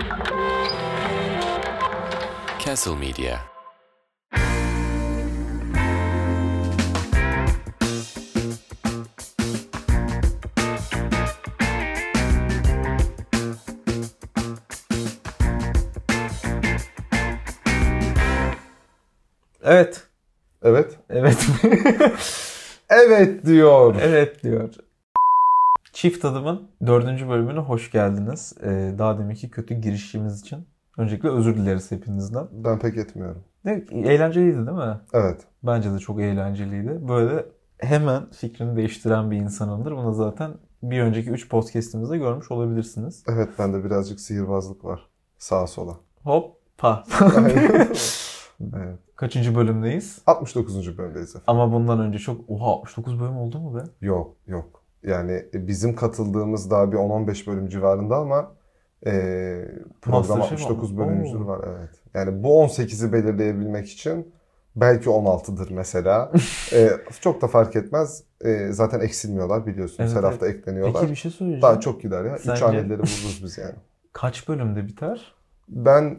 Castle Media. Evet. Evet. Evet. Evet diyor. Evet diyor. Çift Adım'ın 4. bölümüne hoş geldiniz. Daha deminki kötü girişimiz için öncelikle özür dileriz hepinizden. Ben pek etmiyorum. Eğlenceliydi değil mi? Evet. Bence de çok eğlenceliydi. Böyle hemen fikrini değiştiren bir insanımdır. Bunu zaten bir önceki 3 podcast'imizde görmüş olabilirsiniz. Evet, bende birazcık sihirbazlık var. Sağa sola. Hoppa. Evet. Kaçıncı bölümdeyiz? 69. bölümdeyiz efendim. Ama bundan önce çok... Oha 69 bölüm oldu mu be? Yok. Yani bizim katıldığımız daha bir 10-15 bölüm civarında ama program Masterchef 69 mi? bölümümüzdür Oo. var. Evet. Yani bu 18'i belirleyebilmek için belki 16'dır mesela. Çok da fark etmez. Zaten eksilmiyorlar biliyorsunuz. Evet, Her hafta ekleniyorlar. Peki bir şey söyleyeceğim. Daha çok gider ya. 3 Sence- haneleri vururuz biz yani. Kaç bölümde biter? Ben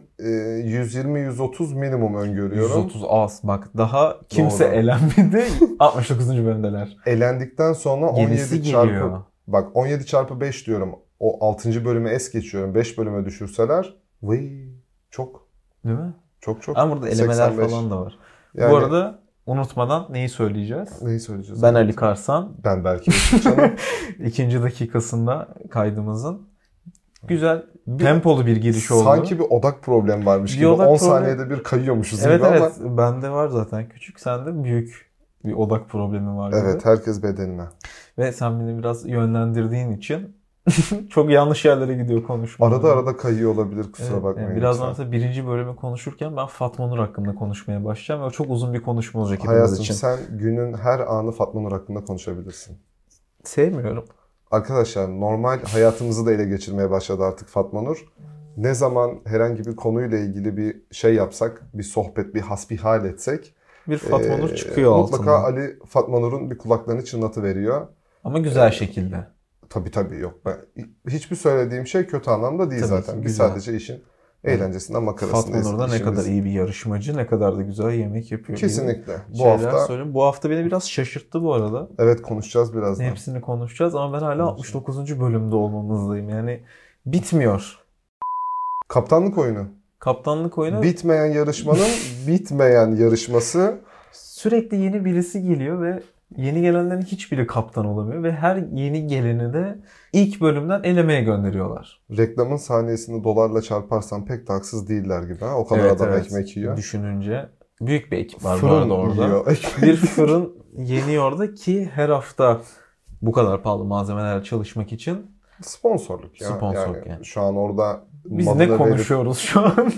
120-130 minimum öngörüyorum. 130 az. Bak daha kimse Doğru. elenmedi. 69. bölümdeler. Elendikten sonra Yenisi 17 geliyor. çarpı... Bak 17 çarpı 5 diyorum. O 6. bölüme es geçiyorum. 5 bölüme düşürseler. Vıy, çok. Değil mi? Çok. Ama burada elemeler 85. falan da var. Yani, Bu arada unutmadan neyi söyleyeceğiz? neyi söyleyeceğiz? Ben Ali Karsan. Ben Berke Işıkçı'nın. 2. dakikasında kaydımızın güzel tempolu bir giriş oldu. Sanki bir odak problemi varmış Bir gibi. odak 10 problemi- saniyede bir kayıyormuşuz Evet gibi evet. ama. Bende var zaten küçük. Sende büyük bir odak problemi var gibi. Evet, herkes bedenine. Ve sen beni biraz yönlendirdiğin için çok yanlış yerlere gidiyor konuşma. Arada kayıyor olabilir, kusura Evet, bakmayın. birazdan lütfen. mesela 1. bölümü konuşurken ben Fatma Nur hakkında konuşmaya başlayacağım. Ve o çok uzun bir konuşma olacak hepimiz Hayatım, için. sen günün her anı Fatma Nur hakkında konuşabilirsin. Sevmiyorum. Arkadaşlar, normal hayatımızı da ele geçirmeye başladı artık Fatma Nur. Ne zaman herhangi bir konuyla ilgili bir şey yapsak, bir sohbet, bir hasbihal etsek, Bir Fatma Nur çıkıyor mutlaka altından. Ali Fatma Nur'un bir kulaklarını çınlatıveriyor. Ama güzel şekilde. Tabii yok. Hiçbir söylediğim şey kötü anlamda değil Tabii zaten. ki, Biz güzel. sadece işin eğlencesinden, makarasındayız. Fatma Nur da ne kadar iyi bir yarışmacı, ne kadar da güzel yemek yapıyor. Kesinlikle. Gibi Bu şeyler hafta söyleyeyim. Bu hafta beni biraz şaşırttı bu arada. evet, konuşacağız birazdan. Hepsini konuşacağız ama ben hala 69. bölümde olmamızdayım. Yani bitmiyor. Kaptanlık oyunu. Kaptanlık oyunu Bitmeyen yarışmanın bitmeyen yarışması. sürekli yeni birisi geliyor ve yeni gelenlerin hiçbiri kaptan olamıyor ve her yeni geleni de ilk bölümden elemeye gönderiyorlar. Reklamın saniyesini dolarla çarparsan pek de haksız değiller gibi. Ha? O kadar adam ekmek yiyor. Düşününce büyük bir ekip var bu Fırın arada orada. yiyor. Bir fırın yeniyor da ki her hafta bu kadar pahalı malzemeler çalışmak için Sponsorluk ya. Sponsorluk yani. Şu an orada biz malını ne konuşuyoruz şu an?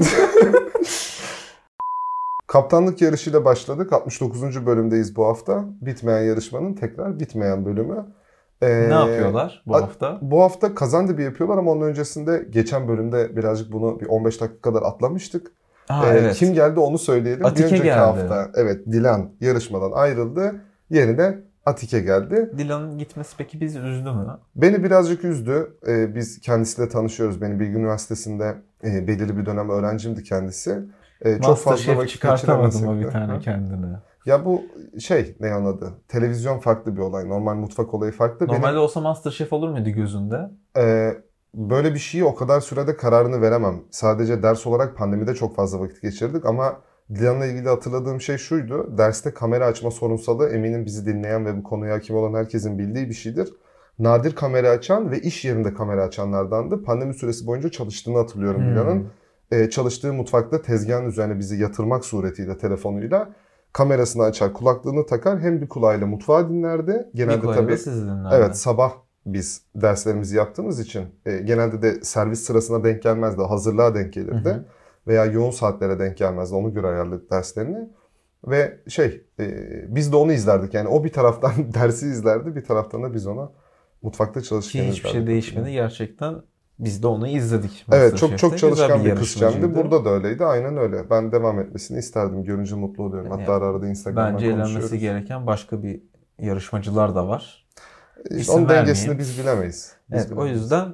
Kaptanlık yarışıyla başladık. 69. bölümdeyiz bu hafta. Bitmeyen yarışmanın tekrar bitmeyen bölümü. Ne yapıyorlar bu hafta? Bu hafta kazandibi yapıyorlar ama onun öncesinde geçen bölümde birazcık bunu bir 15 dakika kadar atlamıştık. Evet. Kim geldi onu söyleyelim. Atike bir önceki geldi. hafta Dilan yarışmadan ayrıldı. Yerine Atike geldi. Dilan'ın gitmesi peki bizi üzdü mü? Beni birazcık üzdü. Biz kendisiyle tanışıyoruz. Benim Bilgi Üniversitesi'nde belirli bir dönem öğrencimdi kendisi. Çok fazla Masterchef vakit çıkartamadım o geçiremesek bir de. tane Ha? kendine. Ya bu ne anladı? Televizyon farklı bir olay. Normal mutfak olayı farklı. Normalde olsa Masterchef olur muydu gözünde? Böyle bir şeyi o kadar sürede kararını veremem. Sadece ders olarak pandemide çok fazla vakit geçirdik ama Dilan'la ilgili hatırladığım şey şuydu. Derste kamera açma sorunsalı eminim bizi dinleyen ve bu konuya hakim olan herkesin bildiği bir şeydir. Nadir kamera açan ve iş yerinde kamera açanlardandı. Pandemi süresi boyunca çalıştığını hatırlıyorum Dilan'ın. Çalıştığı mutfakta tezgahın üzerine bizi yatırmak suretiyle telefonuyla kamerasını açar, kulaklığını takar. Hem bir kulağıyla mutfağı dinlerdi. Genelde tabii. Siz dinlerdi. Evet, sabah biz derslerimizi yaptığımız için genelde de servis sırasına denk gelmezdi. Hazırlığa denk gelirdi. Veya yoğun saatlere denk gelmezdi. Ona göre ayarladık derslerini. Ve biz de onu izlerdik. Yani o bir taraftan dersi izlerdi. Bir taraftan da biz ona mutfakta çalışırken izlerdik. Hiçbir şey değişmedi. Gerçekten biz de onu izledik. Evet, çok Masterchef'te. çalışkan Güzel bir kızcağımdı. yarışmacıydı. Burada da öyleydi. Aynen öyle. Ben devam etmesini isterdim. Görünce mutlu oluyorum. Hatta Yani, arada Instagram'dan bence konuşuyoruz. elenmesi gereken başka bir yarışmacılar da var. İşte İsim onun dengesini vermeyeyim. biz bilemeyiz. Evet, o yüzden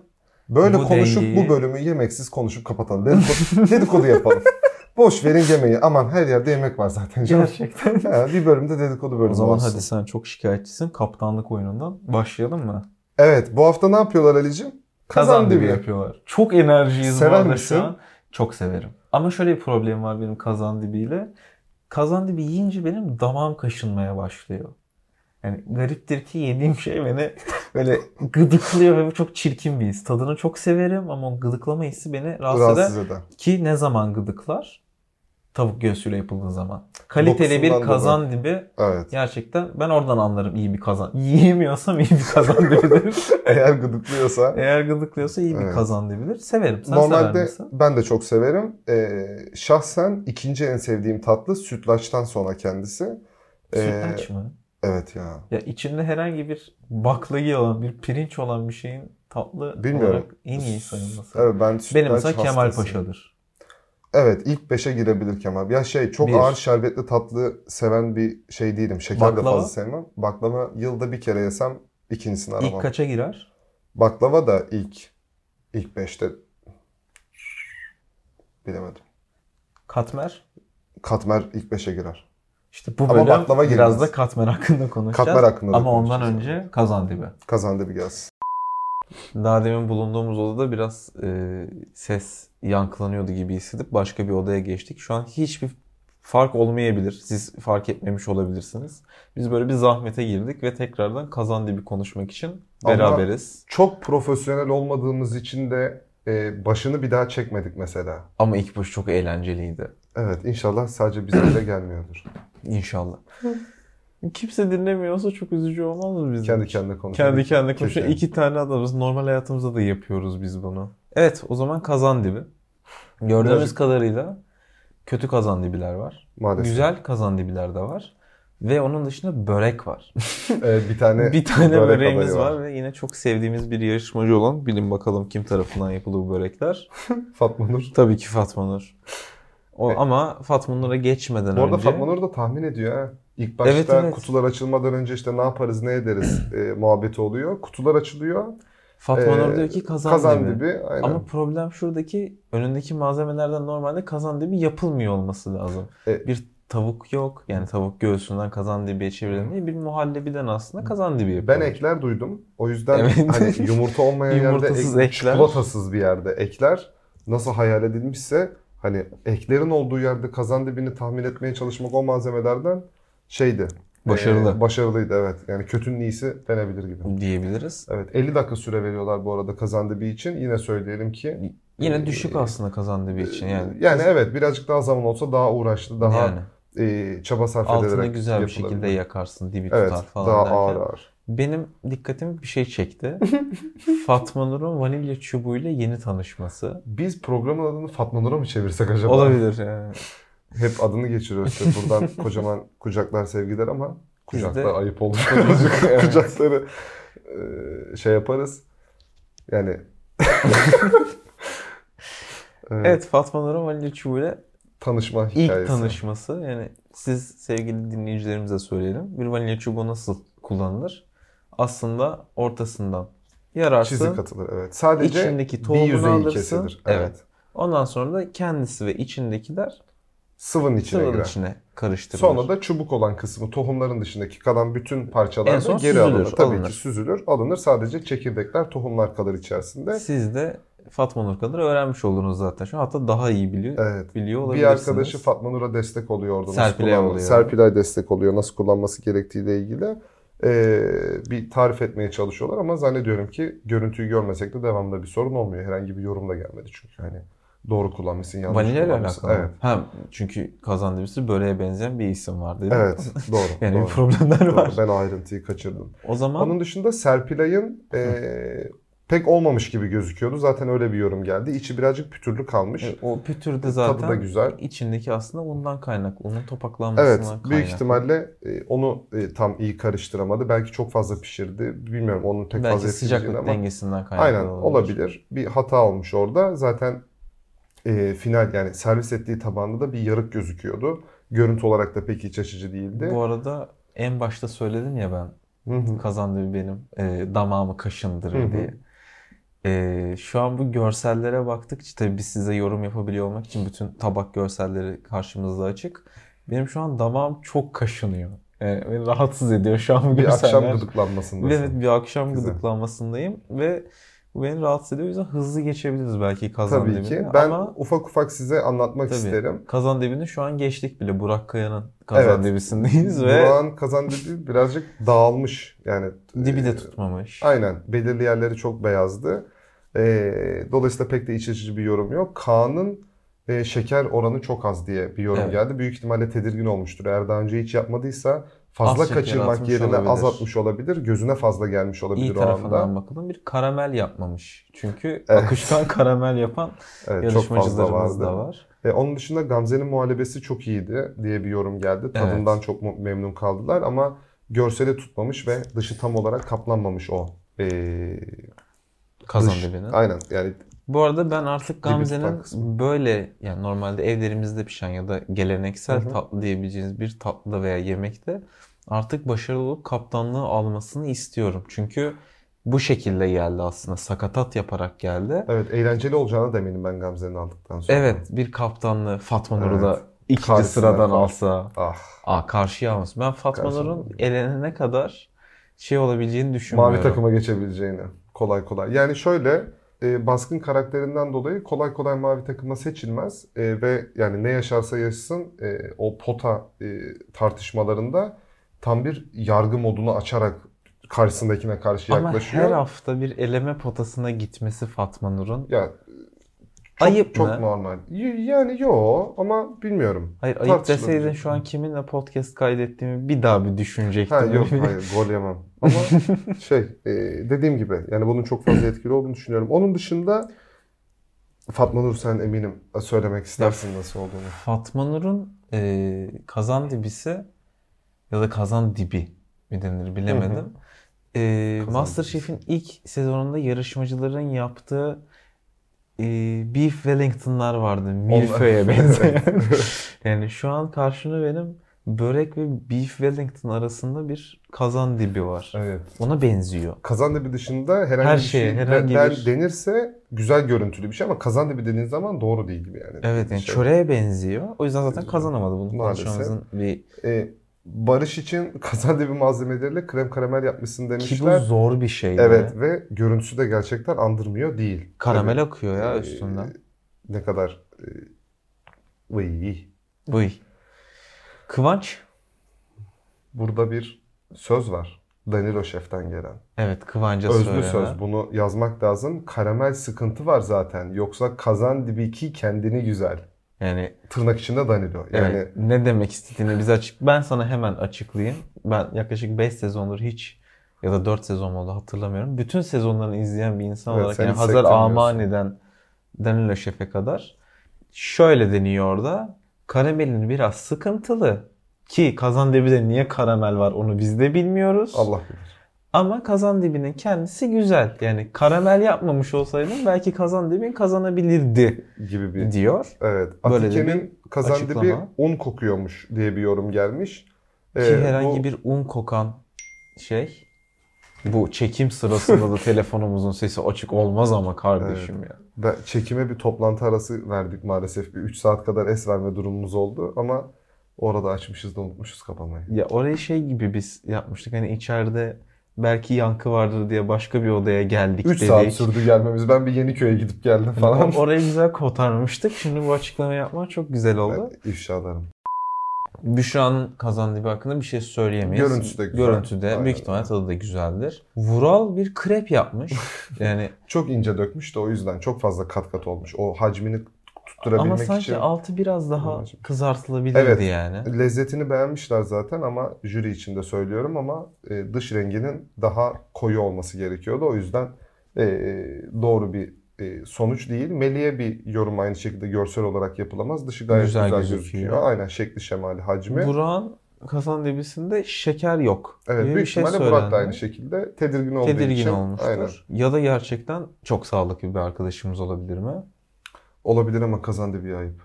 Böyle Bu konuşup dengeyi- bu bölümü yemeksiz konuşup kapatalım. Dedikodu yapalım. Boş verin yemeği. Aman her yerde yemek var zaten. Gerçekten. Ha, bir bölümde dedikodu bölümü O zaman olsun. hadi sen çok şikayetçisin. Kaptanlık oyunundan başlayalım mı? Evet, bu hafta ne yapıyorlar Ali'cim? Kazan dibi yapıyorlar. Çok enerjiyiz Sever bu arada misin? şu an. Çok severim. Ama şöyle bir problem var benim kazan dibiyle. Kazan dibi yiyince benim damağım kaşınmaya başlıyor. Yani gariptir ki yediğim şey beni böyle gıdıklıyor ve bu çok çirkin bir his. Tadını çok severim ama o gıdıklama hissi beni rahatsız eder. Ki ne zaman gıdıklar? Tavuk göğsüyle yapıldığı zaman. Kaliteli bir Dokusundan kazan dibi Evet. gerçekten ben oradan anlarım iyi bir kazan. Yiyemiyorsam iyi bir kazan dibidir. Eğer gıdıklıyorsa. Eğer gıdıklıyorsa iyi bir Evet. kazan dibidir. Severim. Sen sever Normalde misin? ben de çok severim. Şahsen ikinci en sevdiğim tatlı sütlaçtan sonra kendisi. Sütlaç mı? Evet ya. Ya içinde herhangi bir baklagil olan, bir pirinç olan bir şeyin tatlı Bilmiyorum. olarak en iyi sayılması. Evet, ben sütlaç Benim mesela Kemal hastasıyım. Paşa'dır. Evet, ilk 5'e girebilir Kemal. Ya çok Bir. ağır şerbetli tatlı seven bir şey değilim. Şeker de Baklava? fazla sevmem. Baklava yılda bir kere yesem ikincisini aramam. İlk kaça girer? Baklava da ilk 5'te bilemedim. Katmer. Katmer ilk 5'e girer. İşte bu Ama bölüm baklava biraz girmez. da katmer hakkında konuşacağız. Katmer hakkında da Ama ondan konuşacağız. önce kazan dibi. Kazandı bir gelsin. Daha demin bulunduğumuz odada biraz ses yankılanıyordu gibi hissedip başka bir odaya geçtik. Şu an hiçbir fark olmayabilir. Siz fark etmemiş olabilirsiniz. Biz böyle bir zahmete girdik ve tekrardan kazan dibi konuşmak için Ama- beraberiz. Çok profesyonel olmadığımız için de başını bir daha çekmedik mesela. Ama ilk başı çok eğlenceliydi. Evet, inşallah sadece bize bile gelmiyordur. İnşallah. Kimse dinlemiyorsa çok üzücü olmaz mı bizim Kendi için? kendine konuşuyor. Kendi kendine konuşuyor. Keşke. 2 tane adamız. Normal hayatımızda da yapıyoruz biz bunu. Evet, o zaman kazan dibi. Gördüğümüz Birazcık- kadarıyla kötü kazan dibiler var. Maalesef. Güzel kazan dibiler de var. Ve onun dışında börek var. Bir tane Bir tane börek böreğimiz adayı var ve yine çok sevdiğimiz bir yarışmacı olan, bilin bakalım kim tarafından yapıldı bu börekler. Fatma Nur. Tabii ki Fatma Nur. Ama Fatma Nur'a geçmeden Bu arada önce... Fatma Nur da tahmin ediyor ha. İlk başta Evet, evet. kutular açılmadan önce işte ne yaparız ne ederiz muhabbeti oluyor. Kutular açılıyor. Fatma Nur diyor ki kazan dibi. dibi. Aynen. Ama problem şuradaki önündeki malzemelerden normalde kazan dibi yapılmıyor olması lazım. Bir tavuk yok. Yani tavuk göğsünden kazan dibiye çevrilen değil. Bir muhallebiden aslında kazan dibi Ben yapıyorlar. ekler duydum. O yüzden Evet. hani yumurta olmayan yerde Yumurtasız ekler. çikolatasız bir yerde ekler nasıl hayal edilmişse hani eklerin olduğu yerde kazan dibini tahmin etmeye çalışmak o malzemelerden şeydi. Başarılı. Başarılıydı, evet. Yani kötünün iyisi denebilir gibi. Diyebiliriz. Evet, 50 dakika süre veriyorlar bu arada kazan dibi için. Yine söyleyelim ki Yine düşük aslında kazan dibi için. yani evet, birazcık daha zaman olsa daha uğraşlı, daha Yani çaba sarf altını ederek güzel bir yapılabilir. şekilde yakarsın, dibi Evet, tutar falan daha derken. ağır ağır. Benim dikkatimi bir şey çekti. Fatma Nur'un vanilya çubuğuyla yeni tanışması. Biz programın adını Fatma Nur'a mı çevirsek acaba? Olabilir yani. Hep adını geçiriyoruz işte. Buradan kocaman kucaklar, sevgiler ama kucaklar de- ayıp oldu. Evet. Kucakları şey yaparız. Yani Evet, Fatma Nur'un vanilya çubuğuyla tanışma hikayesi. ilk tanışması. Yani siz sevgili dinleyicilerimize söyleyelim. Bir vanilya çubuğu nasıl kullanılır? Aslında ortasından yararsın. Çizik atılır, evet. Sadece İçindeki bir tohumunu yüzeyi alırsın. kesilir. Evet. Ondan sonra da kendisi ve içindekiler Sıvının içine sıvının girer. içine karıştırılır. Sonra da çubuk olan kısmı, tohumların dışındaki kalan bütün parçalar En da son geri süzülür, alınır. Tabii alınır. ki süzülür, alınır. Sadece çekirdekler, tohumlar kalır içerisinde. Siz de Fatma Nur kadar öğrenmiş oldunuz zaten şu an. Hatta daha iyi Evet. biliyor Bir olabilirsiniz. arkadaşı Fatma Nur'a destek oluyor orada. Serpilay nasıl oluyor. Serpilay destek oluyor. Nasıl kullanması gerektiğiyle ilgili. Bir tarif etmeye çalışıyorlar ama zannediyorum ki görüntüyü görmesek de devamında bir sorun olmuyor. Herhangi bir yorum da gelmedi çünkü. Hani doğru kullanmışsın, yanlış Vanilya ile kullanmışsın. alakalı. Evet. Ha, çünkü kazan dibisi böreğe benzeyen bir isim var değil mi? Evet, doğru. Yani doğru. bir problemler Doğru. var. Ben o ayrıntıyı kaçırdım. O zaman Onun dışında Serpilay'ın pek olmamış gibi gözüküyordu. Zaten öyle bir yorum geldi. İçi birazcık pütürlü kalmış. o pütürde zaten Tadı da güzel. içindeki aslında undan kaynaklı. Unun topaklanmasından Evet, kaynaklı. büyük ihtimalle onu tam iyi karıştıramadı. Belki çok fazla pişirdi. Bilmiyorum, onun pek Belki fazla sıcaklık etkileyeceğini ama. dengesinden kaynaklı Aynen, olabilir. Bir hata olmuş orada. Zaten final, yani servis ettiği tabağında da bir yarık gözüküyordu. Görüntü olarak da pek iç açıcı değildi. Bu arada en başta söyledim ya ben Hı hı. kazan dibi benim damağımı kaşındırır Hı hı. diye. Şu an bu görsellere baktıkça tabii biz size yorum yapabiliyor olmak için bütün tabak görselleri karşımızda açık. Benim şu an damağım çok kaşınıyor. Beni rahatsız ediyor şu an bu Bir görseller. akşam gıdıklanmasındasın. Evet, bir akşam Güzel. gıdıklanmasındayım ve bu beni rahatsız ediyor. O yüzden hızlı geçebiliriz belki kazan Tabii dibini. ki. Ben Ama ufak ufak size anlatmak tabii, isterim. kazan dibini şu an geçtik bile. Burak Kaya'nın kazan dibisindeyiz ve Burak'ın kazan dibi birazcık dağılmış. Yani dibi de tutmamış. aynen. Belirli yerleri çok beyazdı. Dolayısıyla pek de iç açıcı bir yorum yok. Kaan'ın şeker oranı çok az diye bir yorum Evet. geldi. Büyük ihtimalle tedirgin olmuştur. Eğer daha önce hiç yapmadıysa fazla Az şeker kaçırmak atmış yerine olabilir. az atmış olabilir. Gözüne fazla gelmiş olabilir İyi o anda. tarafından bakalım. Bir karamel yapmamış. Çünkü Evet. akışkan karamel yapan Evet, çok fazla yarışmacılarımız vardı. da var. Onun dışında Gamze'nin muhallebesi çok iyiydi diye bir yorum geldi. Tadından Evet. çok memnun kaldılar ama görseli tutmamış ve dışı tam olarak kaplanmamış o. Kazan Dış. dibinin. Aynen yani Bu arada ben artık tutan Gamze'nin kısmı. böyle yani normalde evlerimizde pişen ya da geleneksel Hı hı. tatlı diyebileceğiniz bir tatlıda veya yemekte artık başarılı olup kaptanlığı almasını istiyorum. Çünkü bu şekilde geldi aslında. Sakatat yaparak geldi. Evet, eğlenceli olacağına da eminim ben Gamze'nin aldıktan sonra. Evet, bir kaptanlığı Fatma Nur'u da Evet. ikinci Karşısına sıradan koy. alsa. Ah, Karşıya almasın. Ben Fatma Karşıya Nur'un almasın. elenene kadar şey olabileceğini düşünmüyorum. mavi takıma geçebileceğini kolay kolay. Yani şöyle baskın karakterinden dolayı kolay kolay mavi takıma seçilmez. Ve yani ne yaşarsa yaşasın o pota tartışmalarında tam bir yargı modunu açarak karşısındakine karşı Ama yaklaşıyor. her hafta bir eleme potasına gitmesi Fatma Nur'un Ya çok, ayıp çok mı? normal. Yani yo ama bilmiyorum. Hayır, ayıp Tartışılabilecek. deseydin şu an kiminle podcast kaydettiğimi bir daha bir düşünecektim. Ha yok hayır gol yemem. Ama dediğim gibi yani bunun çok fazla etkili olduğunu düşünüyorum. Onun dışında Fatma Nur sen eminim söylemek istersin nasıl olduğunu. Fatma Nur'un kazan dibisi ya da kazan dibi mi denir bilemedim. MasterChef'in ilk sezonunda yarışmacıların yaptığı Beef Wellington'lar vardı. Milföy'e benzeyen. Yani şu an karşımda benim börek ve Beef Wellington arasında bir kazan dibi var. Evet. Ona benziyor. Kazan dibi dışında herhangi Her bir şeye, şey herhangi bir- denirse güzel görüntülü bir şey ama kazan dibi dediğin zaman doğru değil gibi yani. Evet, yani Şey. çöreğe benziyor. O yüzden zaten kazanamadı bunu. Maalesef. Konuşmamızın bir... Barış için kazan dibi malzemeleriyle krem karamel yapmışsın Ki bu demişler. zor bir şey. Evet ve görüntüsü de gerçekten andırmıyor değil. Karamel Tabii, akıyor ya üstünden. Ne kadar vıy. Buy. Kıvanç. Burada bir söz var. Danilo Şef'ten gelen. Evet, Kıvanç'a Özlü söylenen. söz. Bunu yazmak lazım. Karamel sıkıntı var zaten. Yoksa kazan dibi ki kendini güzel. Yani Tırnak içinde Danilo. Yani evet, ne demek istediğini bize ben sana hemen açıklayayım. Ben yaklaşık 5 sezondur hiç ya da 4 sezon oldu hatırlamıyorum. Bütün sezonlarını izleyen bir insan Evet, olarak sen yani hiç Hazar sektirmiyorsun. Amani'den Danilo Şef'e kadar şöyle deniyor orada. Karamelin biraz sıkıntılı ki kazan dibide niye karamel var onu biz de bilmiyoruz. Allah bilir. Ama kazan dibinin kendisi güzel. Yani karamel yapmamış olsaydın belki kazan dibin kazanabilirdi Gibi bir. diyor. Evet. Böyle de Atike'nin kazan dibi açıklama. un kokuyormuş diye bir yorum gelmiş. Ki herhangi Bu- bir un kokan şey bu çekim sırasında da telefonumuzun sesi açık olmaz ama kardeşim ya. Çekime bir toplantı arası verdik maalesef. Bir 3 saat kadar es verme durumumuz oldu ama orada açmışız da unutmuşuz kapamayı. Ya orayı şey gibi biz yapmıştık hani içeride belki yankı vardır diye başka bir odaya geldik 3 dedik. saat sürdü gelmemiz. Ben bir Yeniköy'e gidip geldim falan. Orayı güzel kotarmıştık. Şimdi bu açıklamayı yapmak çok güzel oldu. Ben ifşalarım. Büşra'nın kazan dibi hakkında bir şey söyleyemeyiz. Görüntüsü de güzel. Görüntüde Aynen. büyük ihtimalle tadı da güzeldir. Vural bir krep yapmış. Yani Çok ince dökmüş de o yüzden çok fazla kat kat olmuş. O hacmini tutturabilmek ama sanki için. altı biraz daha Uğraşmış. kızartılabilirdi Evet. yani. Lezzetini beğenmişler zaten ama jüri için de söylüyorum ama dış renginin daha koyu olması gerekiyordu. O yüzden doğru bir sonuç değil. Melih'e bir yorum aynı şekilde görsel olarak yapılamaz. Dışı gayet Güzel güzel gözüküyor. gözüküyor. Aynen şekli şemali hacmi. Burak'ın kazan dibisinde şeker yok. Evet gibi büyük bir şey ihtimalle Burak da söylendi. aynı şekilde tedirgin olduğu Tedirgin için. olmuştur. Aynen. Ya da gerçekten çok sağlıklı bir arkadaşımız olabilir mi? Olabilir ama kazandı bir ayıp.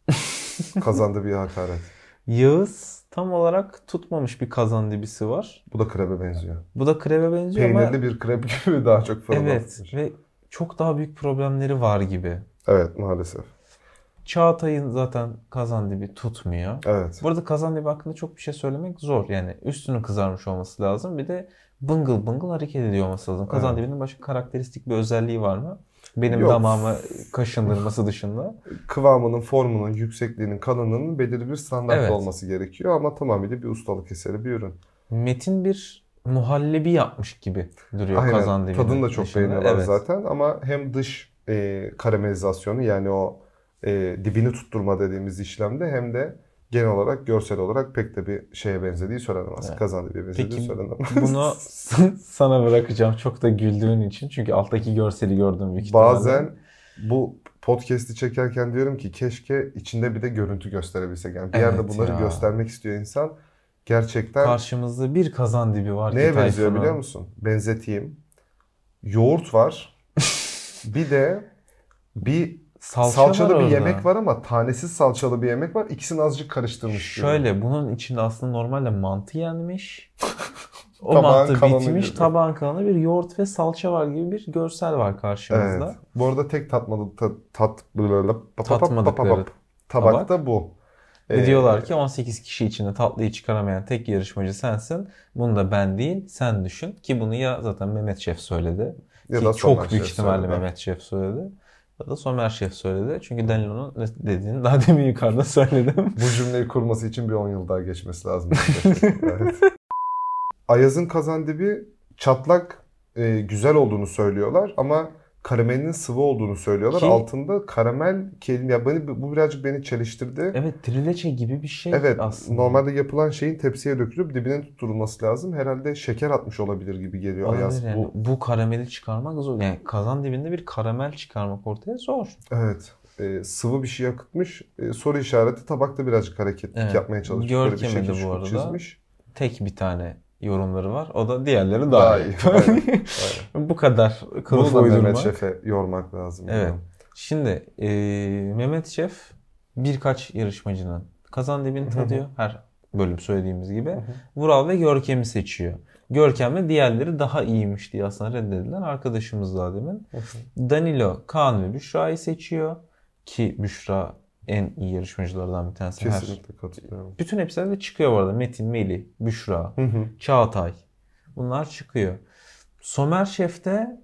Kazandı bir hakaret. Yağız tam olarak tutmamış bir kazan dibisi var. Bu da krebe benziyor. Bu da krebe benziyor ama Peynirli bir krep gibi daha çok evet fırlatmış. ve çok daha büyük problemleri var gibi. Evet, maalesef. Çağatay'ın zaten Kazandibi tutmuyor. Evet. Bu arada Kazandibi hakkında çok bir şey söylemek zor. Yani üstünün kızarmış olması lazım. Bir de bıngıl bıngıl hareket ediyor olması lazım. Kazandibi'nin başka karakteristik bir özelliği var mı? Benim Yok. damağımı kaşındırması dışında. Kıvamının, formunun, yüksekliğinin, kalınlığının belirli bir standartta Evet. olması gerekiyor ama tamamıyla bir ustalık eseri bir ürün. Metin bir muhallebi yapmış gibi duruyor Aynen. Kazandibi'nin Tadını da çok dışında. beğeniyorlar Evet. zaten ama hem dış karamelizasyonu yani o dibini tutturma dediğimiz işlemde hem de genel olarak görsel olarak pek de bir şeye benzediği söylenemez. Evet. Kazandibi'ye benzediği Peki söylenemez. bunu sana bırakacağım çok da güldüğün için. Çünkü alttaki görseli gördüm büyük ihtimalle. Bazen bu podcast'i çekerken diyorum ki keşke içinde bir de görüntü gösterebilsek. Yani bir Evet yerde bunları ya. göstermek istiyor insan. Gerçekten Karşımızda bir Kazandibi var ki neye benziyor Tayfun'a. biliyor musun? Benzeteyim. Yoğurt var. Bir de bir salçalı var bir orada. yemek var ama tanesiz salçalı bir yemek var. İkisini azıcık karıştırmış. gibi. Şöyle bunun içinde aslında normalde mantı yenmiş. O Tabağın mantı kalanı bitmiş. gibi. Tabağın kalanı bir yoğurt ve salça var gibi bir görsel var karşımızda. Evet. Bu arada tek Tatmadıkları tabakta bu. Ve diyorlar ki 18 kişi içinde tatlıyı çıkaramayan tek yarışmacı sensin. Bunu da ben değil sen düşün. Ki bunu ya zaten Mehmet Şef söyledi. Ya Ki da çok Somer büyük Şef ihtimalle söyledi. Mehmet Şef söyledi. Ya da Somer Şef söyledi. Çünkü Danilo'nun ne dediğini daha demin yukarıda söyledim. Bu cümleyi kurması için bir 10 yıl daha geçmesi lazım. Evet. Ayaz'ın Kazandibi çatlak güzel olduğunu söylüyorlar ama karamelinin sıvı olduğunu söylüyorlar. Ki- Altında karamel kelime ya bu birazcık beni çeliştirdi. Evet, trileçe gibi bir şey Evet, aslında. normalde yapılan şeyin tepsiye dökülüp dibine tutturulması lazım. Herhalde şeker atmış olabilir gibi geliyor Olabilir Ayaz. yani. Bu karameli çıkarmak zor. Yani kazan dibinde bir karamel çıkarmak ortaya zor. Evet, sıvı bir şey akıtmış. Soru işareti tabakta birazcık hareketlik Evet. yapmaya çalışmış. Böyle bir Görkem'e de şekil bu arada çizmiş. tek bir tane yorumları var. O da diğerleri Daha daha iyi. iyi. Aynen. Bu kadar Bunu kılıf da Mehmet uydurmak. Şef'e yormak lazım. Evet. Yani. Şimdi Mehmet Şef birkaç yarışmacının kazan dibini tadıyor. Her bölüm söylediğimiz gibi. Vural ve Görkem'i seçiyor. Görkem'le diğerleri daha iyiymiş diye aslında reddedilen arkadaşımız daha demin. Danilo, Kaan ve Büşra'yı seçiyor. Ki Büşra en iyi yarışmacılardan bir tanesi. Kesinlikle katılıyorum. Bütün hepsi de çıkıyor bu arada. Metin, Melih, Büşra, Çağatay. Bunlar çıkıyor. Somer Şef'te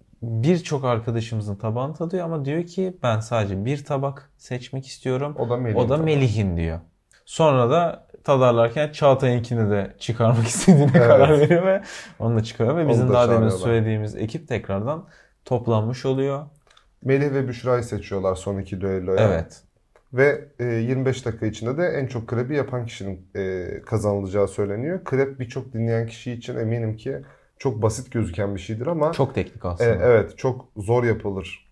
birçok arkadaşımızın tabağını tadıyor ama diyor ki ben sadece bir tabak seçmek istiyorum. O da Melih'in O da tabağı. Melih'in diyor. Sonra da tadarlarken Çağatay'ınkini de çıkarmak istediğine karar veriyor ve onu da çıkarıyor ve Onu bizim da daha demin çağırıyorlar. söylediğimiz ekip tekrardan toplanmış oluyor. Melih ve Büşra'yı seçiyorlar son iki düelloya. Evet. Ve 25 dakika içinde de en çok krebi yapan kişinin kazanılacağı söyleniyor. Krep birçok dinleyen kişi için eminim ki çok basit gözüken bir şeydir ama Çok teknik aslında. evet çok zor yapılır.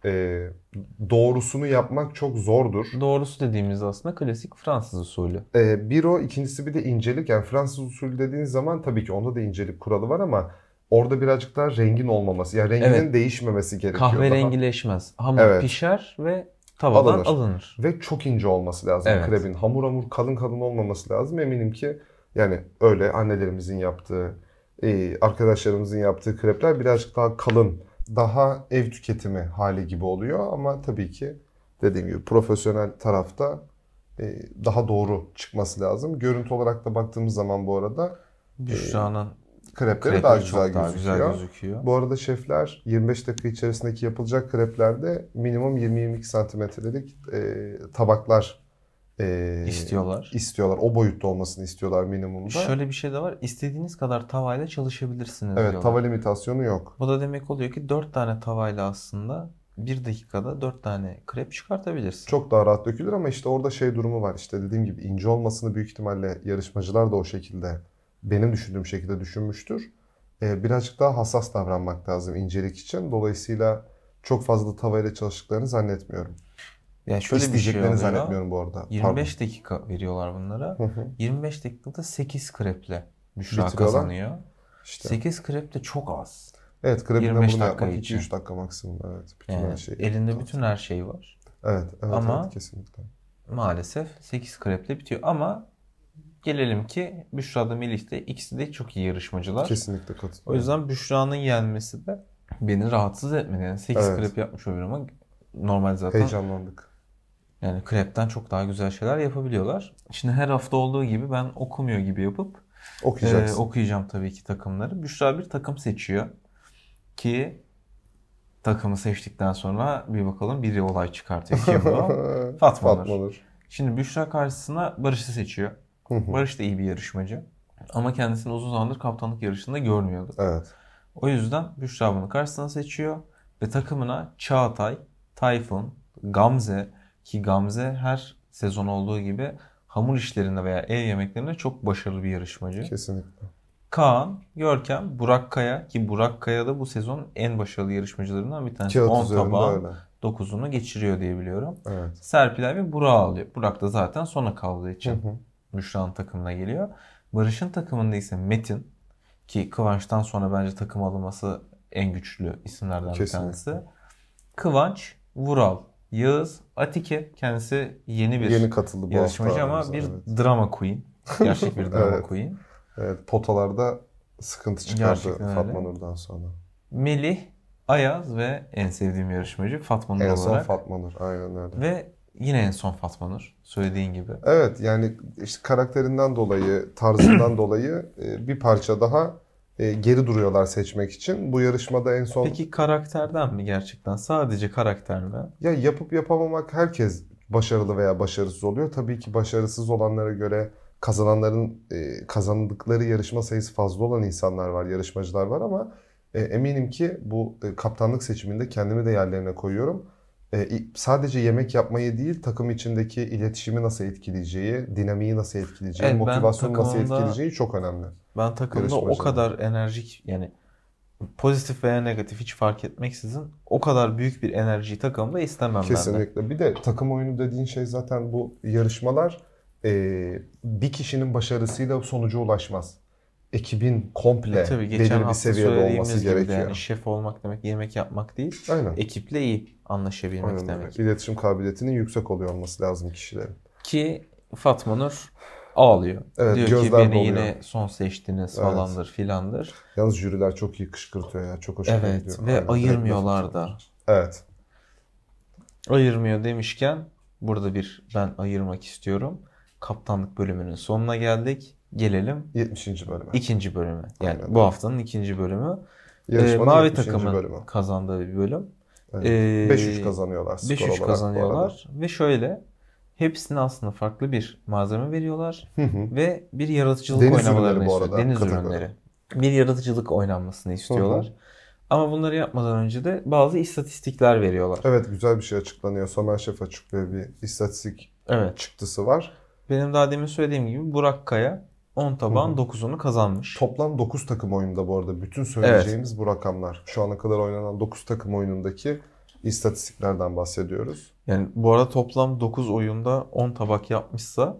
Doğrusunu yapmak çok zordur. Doğrusu dediğimiz aslında klasik Fransız usulü. Bir o, ikincisi bir de incelik. Yani Fransız usulü dediğiniz zaman tabii ki onda da incelik kuralı var ama orada birazcık daha rengin olmaması. Yani renginin Evet. değişmemesi gerekiyor. Kahverengileşmez. Hamur Evet. pişer ve tavadan Alınır. alınır. Ve çok ince olması lazım Evet. krebin. Hamur hamur kalın kalın olmaması lazım. Eminim ki yani öyle annelerimizin yaptığı, arkadaşlarımızın yaptığı krepler birazcık daha kalın, daha ev tüketimi hali gibi oluyor. Ama tabii ki dediğim gibi profesyonel tarafta daha doğru çıkması lazım. Görüntü olarak da baktığımız zaman bu arada Büşra'nın krepleri daha krepleri çok güzel daha güzel gözüküyor. gözüküyor. Bu arada şefler 25 dakika içerisindeki yapılacak kreplerde minimum 20-22 santimetrelik tabaklar İstiyorlar. O boyutta olmasını istiyorlar minimumda. Şöyle bir şey de var. İstediğiniz kadar tavayla çalışabilirsiniz Evet, diyorlar. tava limitasyonu yok. Bu da demek oluyor ki 4 tane tavayla aslında 1 dakikada 4 tane krep çıkartabilirsin. Çok daha rahat dökülür ama işte orada şey durumu var. İşte dediğim gibi ince olmasını büyük ihtimalle yarışmacılar da o şekilde benim düşündüğüm şekilde düşünmüştür. Birazcık daha hassas davranmak lazım incelik için. Dolayısıyla çok fazla tavayla çalıştıklarını zannetmiyorum. Yani şöyle bir şey İsteyeceklerini oluyor. zannetmiyorum bu arada. 25 dakika veriyorlar bunlara. 25 dakikada 8 kreple Büşra Bitiriyorlar. kazanıyor. İşte. 8 krep de çok az. Evet, krebinden 25 bunu dakika yapmak için. 2-3 dakika maksimum. Evet, bütün her Yani şey. elinde bütün her şey var. Evet, Ama- evet, kesinlikle. Maalesef 8 kreple bitiyor ama gelelim ki Büşra'da Melih de ikisi de çok iyi yarışmacılar. Kesinlikle katılıyorum. O yüzden Büşra'nın yenmesi de beni rahatsız etmedi. Yani 8 Evet. krep yapmış oluyorum ama normal zaten. Heyecanlandık. Yani krepten çok daha güzel şeyler yapabiliyorlar. Şimdi her hafta olduğu gibi ben okumuyor gibi yapıp Okuyacaksın. okuyacağım tabii ki takımları. Büşra bir takım seçiyor. Ki takımı seçtikten sonra bir bakalım biri olay çıkartıyor. Kim bu? Fatma Nur. Fatma Nur. Şimdi Büşra karşısına Barış'ı seçiyor. Barış da iyi bir yarışmacı. Ama kendisini uzun zamandır kaptanlık yarışında görmüyordu. Evet. O yüzden Büşra bunu karşısına seçiyor. Ve takımına Çağatay, Tayfun, Gamze, ki Gamze her sezon olduğu gibi hamur işlerinde veya ev yemeklerinde çok başarılı bir yarışmacı. Kesinlikle. Kaan, Görkem, Burak Kaya, ki Burak Kaya da bu sezon en başarılı yarışmacılarından bir tanesi. Kağıt 10 üzerinde tabağın öyle. 9'unu geçiriyor diye biliyorum. Evet. Serpilay ve Burak'ı alıyor. Burak da zaten sona kaldığı için Büşra'nın takımına geliyor. Barış'ın takımında ise Metin, ki Kıvanç'tan sonra bence takım alınması en güçlü isimlerden bir Kesinlikle. tanesi. Kıvanç, Vural, Yağız, Atike, kendisi yeni Yeni katıldı bu yarışmacı hafta ama aramıza, bir evet. drama queen. Gerçek bir drama Evet. queen. Evet, potalarda sıkıntı çıkardı Gerçekten öyle. Fatma Nur'dan sonra. Melih, Ayaz ve en sevdiğim yarışmacı Fatma Nur En son olarak. Fatma Nur. Aynen öyle. Ve yine en son Fatma Nur. Söylediğin gibi. Evet, yani işte karakterinden dolayı, tarzından dolayı bir parça daha geri duruyorlar seçmek için. Bu yarışmada en son... Peki karakterden mi gerçekten? Sadece karakter mi? Ya yapıp yapamamak, herkes başarılı veya başarısız oluyor. Tabii ki başarısız olanlara göre kazananların kazandıkları yarışma sayısı fazla olan insanlar var, yarışmacılar var ama eminim ki bu kaptanlık seçiminde kendimi de yerlerine koyuyorum. Sadece yemek yapmayı değil, takım içindeki iletişimi nasıl etkileyeceği, dinamiği nasıl etkileyeceği, Evet, ben motivasyonu nasıl takımımda- etkileyeceği çok önemli. Ben takımda o Yarışmacılar. kadar enerjik, yani pozitif veya negatif hiç fark etmeksizin o kadar büyük bir enerjiyi takımda istemem ben de. Kesinlikle. Bir de takım oyunu dediğin şey zaten bu yarışmalar bir kişinin başarısıyla sonuca ulaşmaz. Ekibin komple Tabii geçen belirli bir hafta seviyede söylediğimiz olması gibi de gerekiyor. yani şef olmak demek yemek yapmak değil. Aynen. Ekiple iyi anlaşabilmek Aynen öyle. demek. İletişim kabiliyetinin yüksek oluyor olması lazım kişilerin. Ki Fatma Nur ağlıyor. Evet, Diyor ki gözler beni doluyor. yine son seçtiniz Evet. falandır filandır. Yalnız jüriler çok iyi kışkırtıyor ya. Çok hoşuma Evet gidiyor. ve Aynen. ayırmıyorlar da. Evet. Ayırmıyor demişken burada bir ben ayırmak istiyorum. Kaptanlık bölümünün sonuna geldik. Gelelim 70. bölüme. ikinci bölüme. Yani Aynen. bu haftanın ikinci bölümü. Yarışmanın Mavi 70. takımın bölümü. kazandığı bir bölüm. Evet. 5-3 kazanıyorlar skor 5-3 olarak bu arada. kazanıyorlar. Ve şöyle hepsine aslında farklı bir malzeme veriyorlar. Ve bir yaratıcılık Deniz oynamalarını ürünleri bu istiyor. arada, Deniz kategori. ürünleri. Bir yaratıcılık oynanmasını istiyorlar. Ama bunları yapmadan önce de bazı istatistikler veriyorlar. Evet, güzel bir şey açıklanıyor. Somer Şef açıklıyor, bir istatistik Evet. çıktısı var. Benim daha demin söylediğim gibi Burak Kaya 10 tabağın 9'unu kazanmış. Toplam 9 takım oyunda bu arada. Bütün söyleyeceğimiz bu rakamlar. Şu ana kadar oynanan 9 takım oyunundaki istatistiklerden bahsediyoruz. Yani bu arada toplam 9 oyunda 10 tabak yapmışsa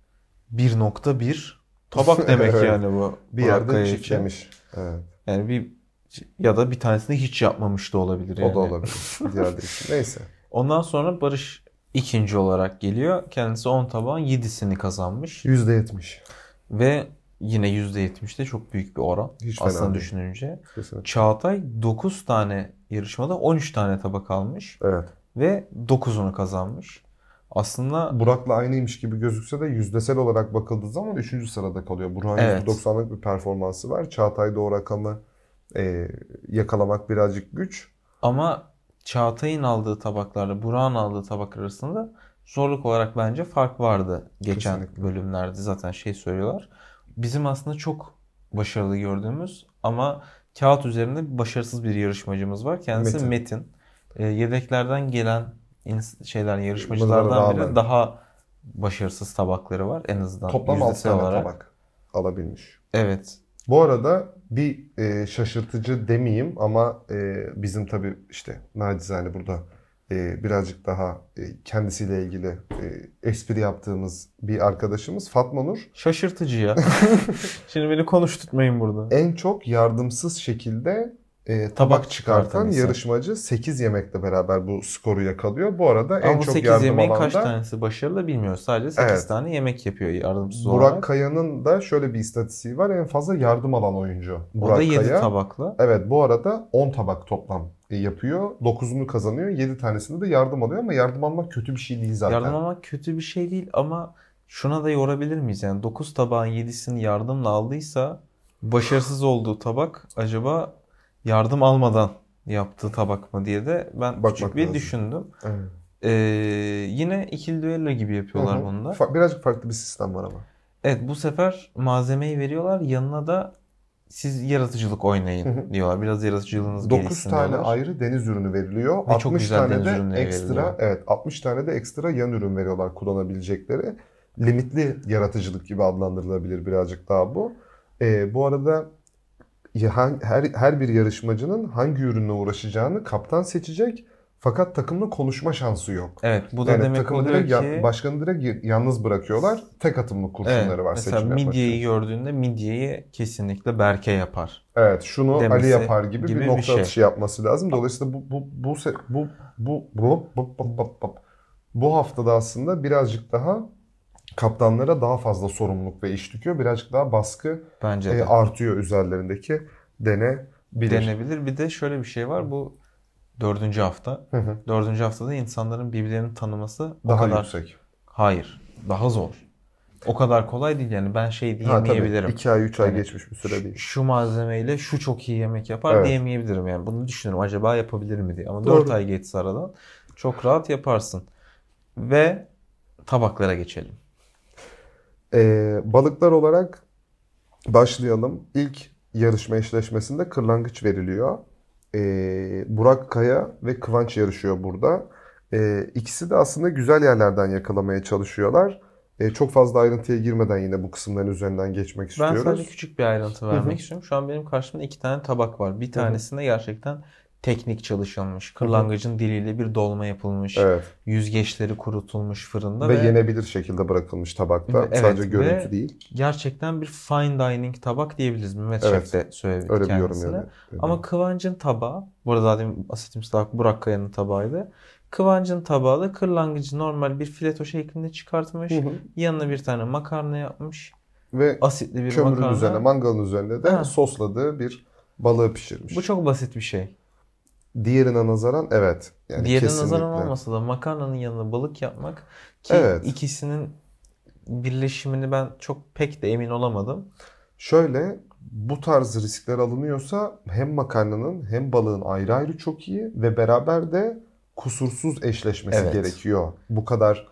1.1 tabak demek Evet. yani bu. Bir Burak yerde Kaya için. çiftlemiş. Evet. Yani bir ya da bir tanesini hiç yapmamış da olabilir yani. O da olabilir. Diğer değişim. Neyse. Ondan sonra Barış ikinci olarak geliyor. Kendisi 10 tabağın 7'sini kazanmış. %70. Ve yine %70'de çok büyük bir oran. Hiç fena Aslında değil. düşününce. Kesinlikle. Çağatay 9 tane yarışmada 13 tane tabak almış. Evet. Ve 9'unu kazanmış. Aslında Burak'la aynıymış gibi gözükse de yüzdesel olarak bakıldığı zaman 3. sırada kalıyor. Burak'ın Evet. %90'lık bir performansı var. Çağatay'da o rakamı yakalamak birazcık güç. ama Çağatay'ın aldığı tabaklarla Burak'ın aldığı tabak arasında zorluk olarak bence fark vardı. Geçen Kesinlikle. bölümlerde zaten söylüyorlar. Bizim aslında çok başarılı gördüğümüz ama kağıt üzerinde başarısız bir yarışmacımız var. Kendisi Metin. Yedeklerden gelen yarışmacılardan Bunlara biri rağmen. daha başarısız tabakları var en azından Toplam 6 yüzdesel tane olarak. tabak alabilmiş. Evet. Bu arada bir şaşırtıcı demeyeyim ama bizim tabii işte nacizane burada birazcık daha kendisiyle ilgili espri yaptığımız bir arkadaşımız Fatma Nur Şaşırtıcı ya. Şimdi beni konuşturtmayın burada. en çok yardımsız şekilde tabak çıkartan çıkartan ise. yarışmacı 8 yemekle beraber bu skoru yakalıyor. Bu arada en Ama bu çok 8 yardım yemeğin alan kaç da tanesi başarılı bilmiyoruz. Sadece 8 Evet. tane yemek yapıyor yardımcısı Burak olarak. Kaya'nın da şöyle bir istatistiği var. En fazla yardım alan oyuncu. O Burak da 7 Kaya. tabakla. Evet, bu arada 10 tabak toplam yapıyor. 9'unu kazanıyor. 7 tanesinde de yardım alıyor ama yardım almak kötü bir şey değil zaten. Yardım almak kötü bir şey değil ama şuna da yorabilir miyiz? Yani 9 tabağın 7'sini yardımla aldıysa başarısız olduğu tabak acaba yardım almadan yaptığı tabak mı diye de ben Bakmak küçük bir lazım. düşündüm. Evet. Yine ikili düello gibi yapıyorlar Hı hı. bunu da. Birazcık farklı bir sistem var ama. Evet, bu sefer malzemeyi veriyorlar. Yanına da siz yaratıcılık oynayın Hı hı. diyorlar. Biraz yaratıcılığınız 9 gelişsin tane diyorlar. ayrı deniz ürünü veriliyor. Ve çok 60 güzel tane deniz de ürünleri ekstra, veriliyor. evet, 60 tane de ekstra yan ürün veriyorlar kullanabilecekleri. Limitli yaratıcılık gibi adlandırılabilir birazcık daha bu. Bu arada her bir yarışmacının hangi ürünle uğraşacağını kaptan seçecek. Fakat takımla konuşma şansı yok. Evet, bu da Yani demek takımı oluyor direkt ki başkanı direkt yalnız bırakıyorlar. Tek atımlık kurşunları var mesela seçim yapmak midyeyi için. gördüğünde midyeyi kesinlikle Berke yapar. Evet, şunu demesi Ali yapar gibi gibi bir bir nokta şey. atışı yapması lazım. Dolayısıyla bu haftada aslında birazcık daha kaptanlara daha fazla sorumluluk ve iş düşüyor. Birazcık daha baskı Bence de. artıyor üzerlerindeki denebilir. Denebilir. Bir de şöyle bir şey var. Bu 4. hafta. Hı hı. 4. haftada insanların birbirlerini tanıması o Daha kadar... yüksek. Hayır. Daha zor. O kadar kolay değil yani. Ben şey Ha, tabii. diyemeyebilirim. 2 ay 3 ay Yani geçmiş bir süre değil. Şu malzemeyle şu çok iyi yemek yapar Evet. diyemeyebilirim yani. Bunu düşünürüm. Acaba yapabilir mi diye. Ama Doğru. 4 ay geçse aradan çok rahat yaparsın. Ve tabaklara geçelim. Balıklar olarak başlayalım. İlk yarışma eşleşmesinde kırlangıç veriliyor. Burak Kaya ve Kıvanç yarışıyor burada. İkisi de aslında güzel yerlerden yakalamaya çalışıyorlar. Çok fazla ayrıntıya girmeden yine bu kısımların üzerinden geçmek Ben istiyoruz. sadece küçük bir ayrıntı vermek Hı hı. istiyorum. Şu an benim karşımda 2 tane tabak var. Bir tanesinde gerçekten teknik çalışılmış. Kırlangıcın diliyle bir dolma yapılmış. Evet. Yüzgeçleri kurutulmuş fırında Ve yenebilir şekilde bırakılmış tabakta. Evet, Sadece ve görüntü değil. gerçekten bir fine dining tabak diyebiliriz. Mehmet Evet. Şef de söyledi Öyle bir yorum kendisine. yani. Ama Kıvanç'ın tabağı, burada zaten bahsettiğimiz tabak Burak Kaya'nın tabağıydı. Kıvanç'ın tabağı da kırlangıcı normal bir fileto şeklinde çıkartmış. Hı hı. Yanına bir tane makarna yapmış. Ve Asitli bir kömürün makarna. üzerine, mangalın üzerine de Ha. sosladığı bir balığı pişirmiş. Bu çok basit bir şey. Diğerine nazaran evet. Yani Diğerine kesinlikle. nazaran olmasa da makarnanın yanına balık yapmak ki Evet. ikisinin birleşimini ben çok pek de emin olamadım. Şöyle, bu tarz riskler alınıyorsa hem makarnanın hem balığın ayrı ayrı çok iyi ve beraber de kusursuz eşleşmesi Evet. gerekiyor. Bu kadar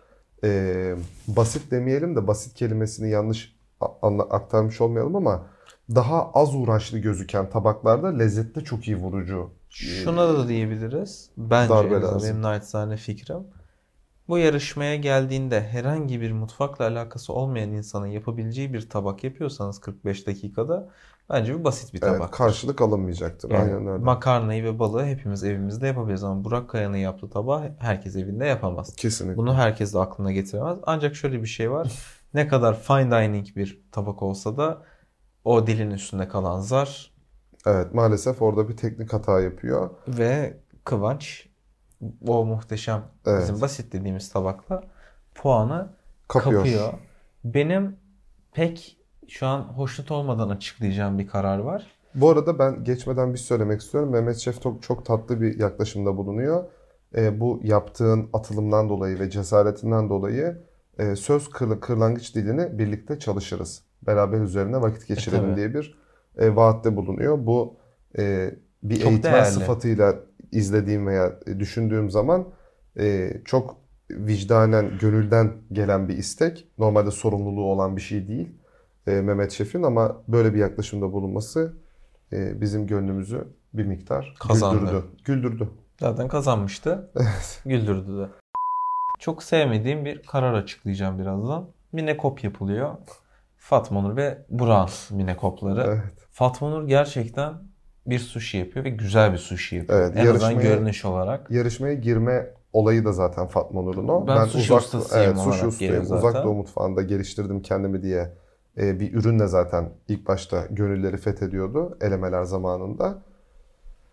basit demeyelim de basit kelimesini yanlış aktarmış olmayalım ama daha az uğraşlı gözüken tabaklarda lezzette çok iyi vurucu. Şuna da diyebiliriz. Bence Darbe en azından lazım. benim naçizane fikrim. Bu yarışmaya geldiğinde herhangi bir mutfakla alakası olmayan insanın yapabileceği bir tabak yapıyorsanız 45 dakikada bence bu basit bir Evet, tabak. karşılık alınmayacaktır. Yani Aynen öyle. makarnayı ve balığı hepimiz evimizde yapabiliriz ama Burak Kaya'nın yaptığı tabağı herkes evinde yapamaz. Kesinlikle. Bunu herkes de aklına getiremez. Ancak şöyle bir şey var. Ne kadar fine dining bir tabak olsa da o dilin üstünde kalan zar Evet, maalesef orada bir teknik hata yapıyor. ve Kıvanç o muhteşem Evet. bizim basit dediğimiz tabakla puanı Kapıyor. kapıyor. Benim pek şu an hoşnut olmadan açıklayacağım bir karar var. Bu arada ben geçmeden bir şey söylemek istiyorum. Mehmet Şef çok tatlı bir yaklaşımda bulunuyor. Bu yaptığın atılımdan dolayı ve cesaretinden dolayı söz kırlangıç dilini birlikte çalışırız. Beraber üzerine vakit geçirelim tabii. diye bir vaatte bulunuyor. Bu bir Çok eğitmen değerli. sıfatıyla izlediğim veya düşündüğüm zaman çok vicdanen, gönülden gelen bir istek. Normalde sorumluluğu olan bir şey değil Mehmet Şef'in ama böyle bir yaklaşımda bulunması bizim gönlümüzü bir miktar Kazandı. güldürdü. Zaten kazanmıştı. Güldürdü de. Çok sevmediğim bir karar açıklayacağım birazdan. Minekop yapılıyor. Fatma Nur ve Burak'ın minekopları. Evet. Fatma Nur gerçekten bir sushi yapıyor ve güzel bir sushi yapıyor. Evet, En azından yarışmaya- görünüş olarak. Yarışmaya girme olayı da zaten Fatma Nur'un o. Ben sushi ustasıyım sushi olarak ustayım. geliyor Uzak zaten. Doğu mutfağında geliştirdim kendimi diye bir ürünle zaten ilk başta gönülleri fethediyordu elemeler zamanında.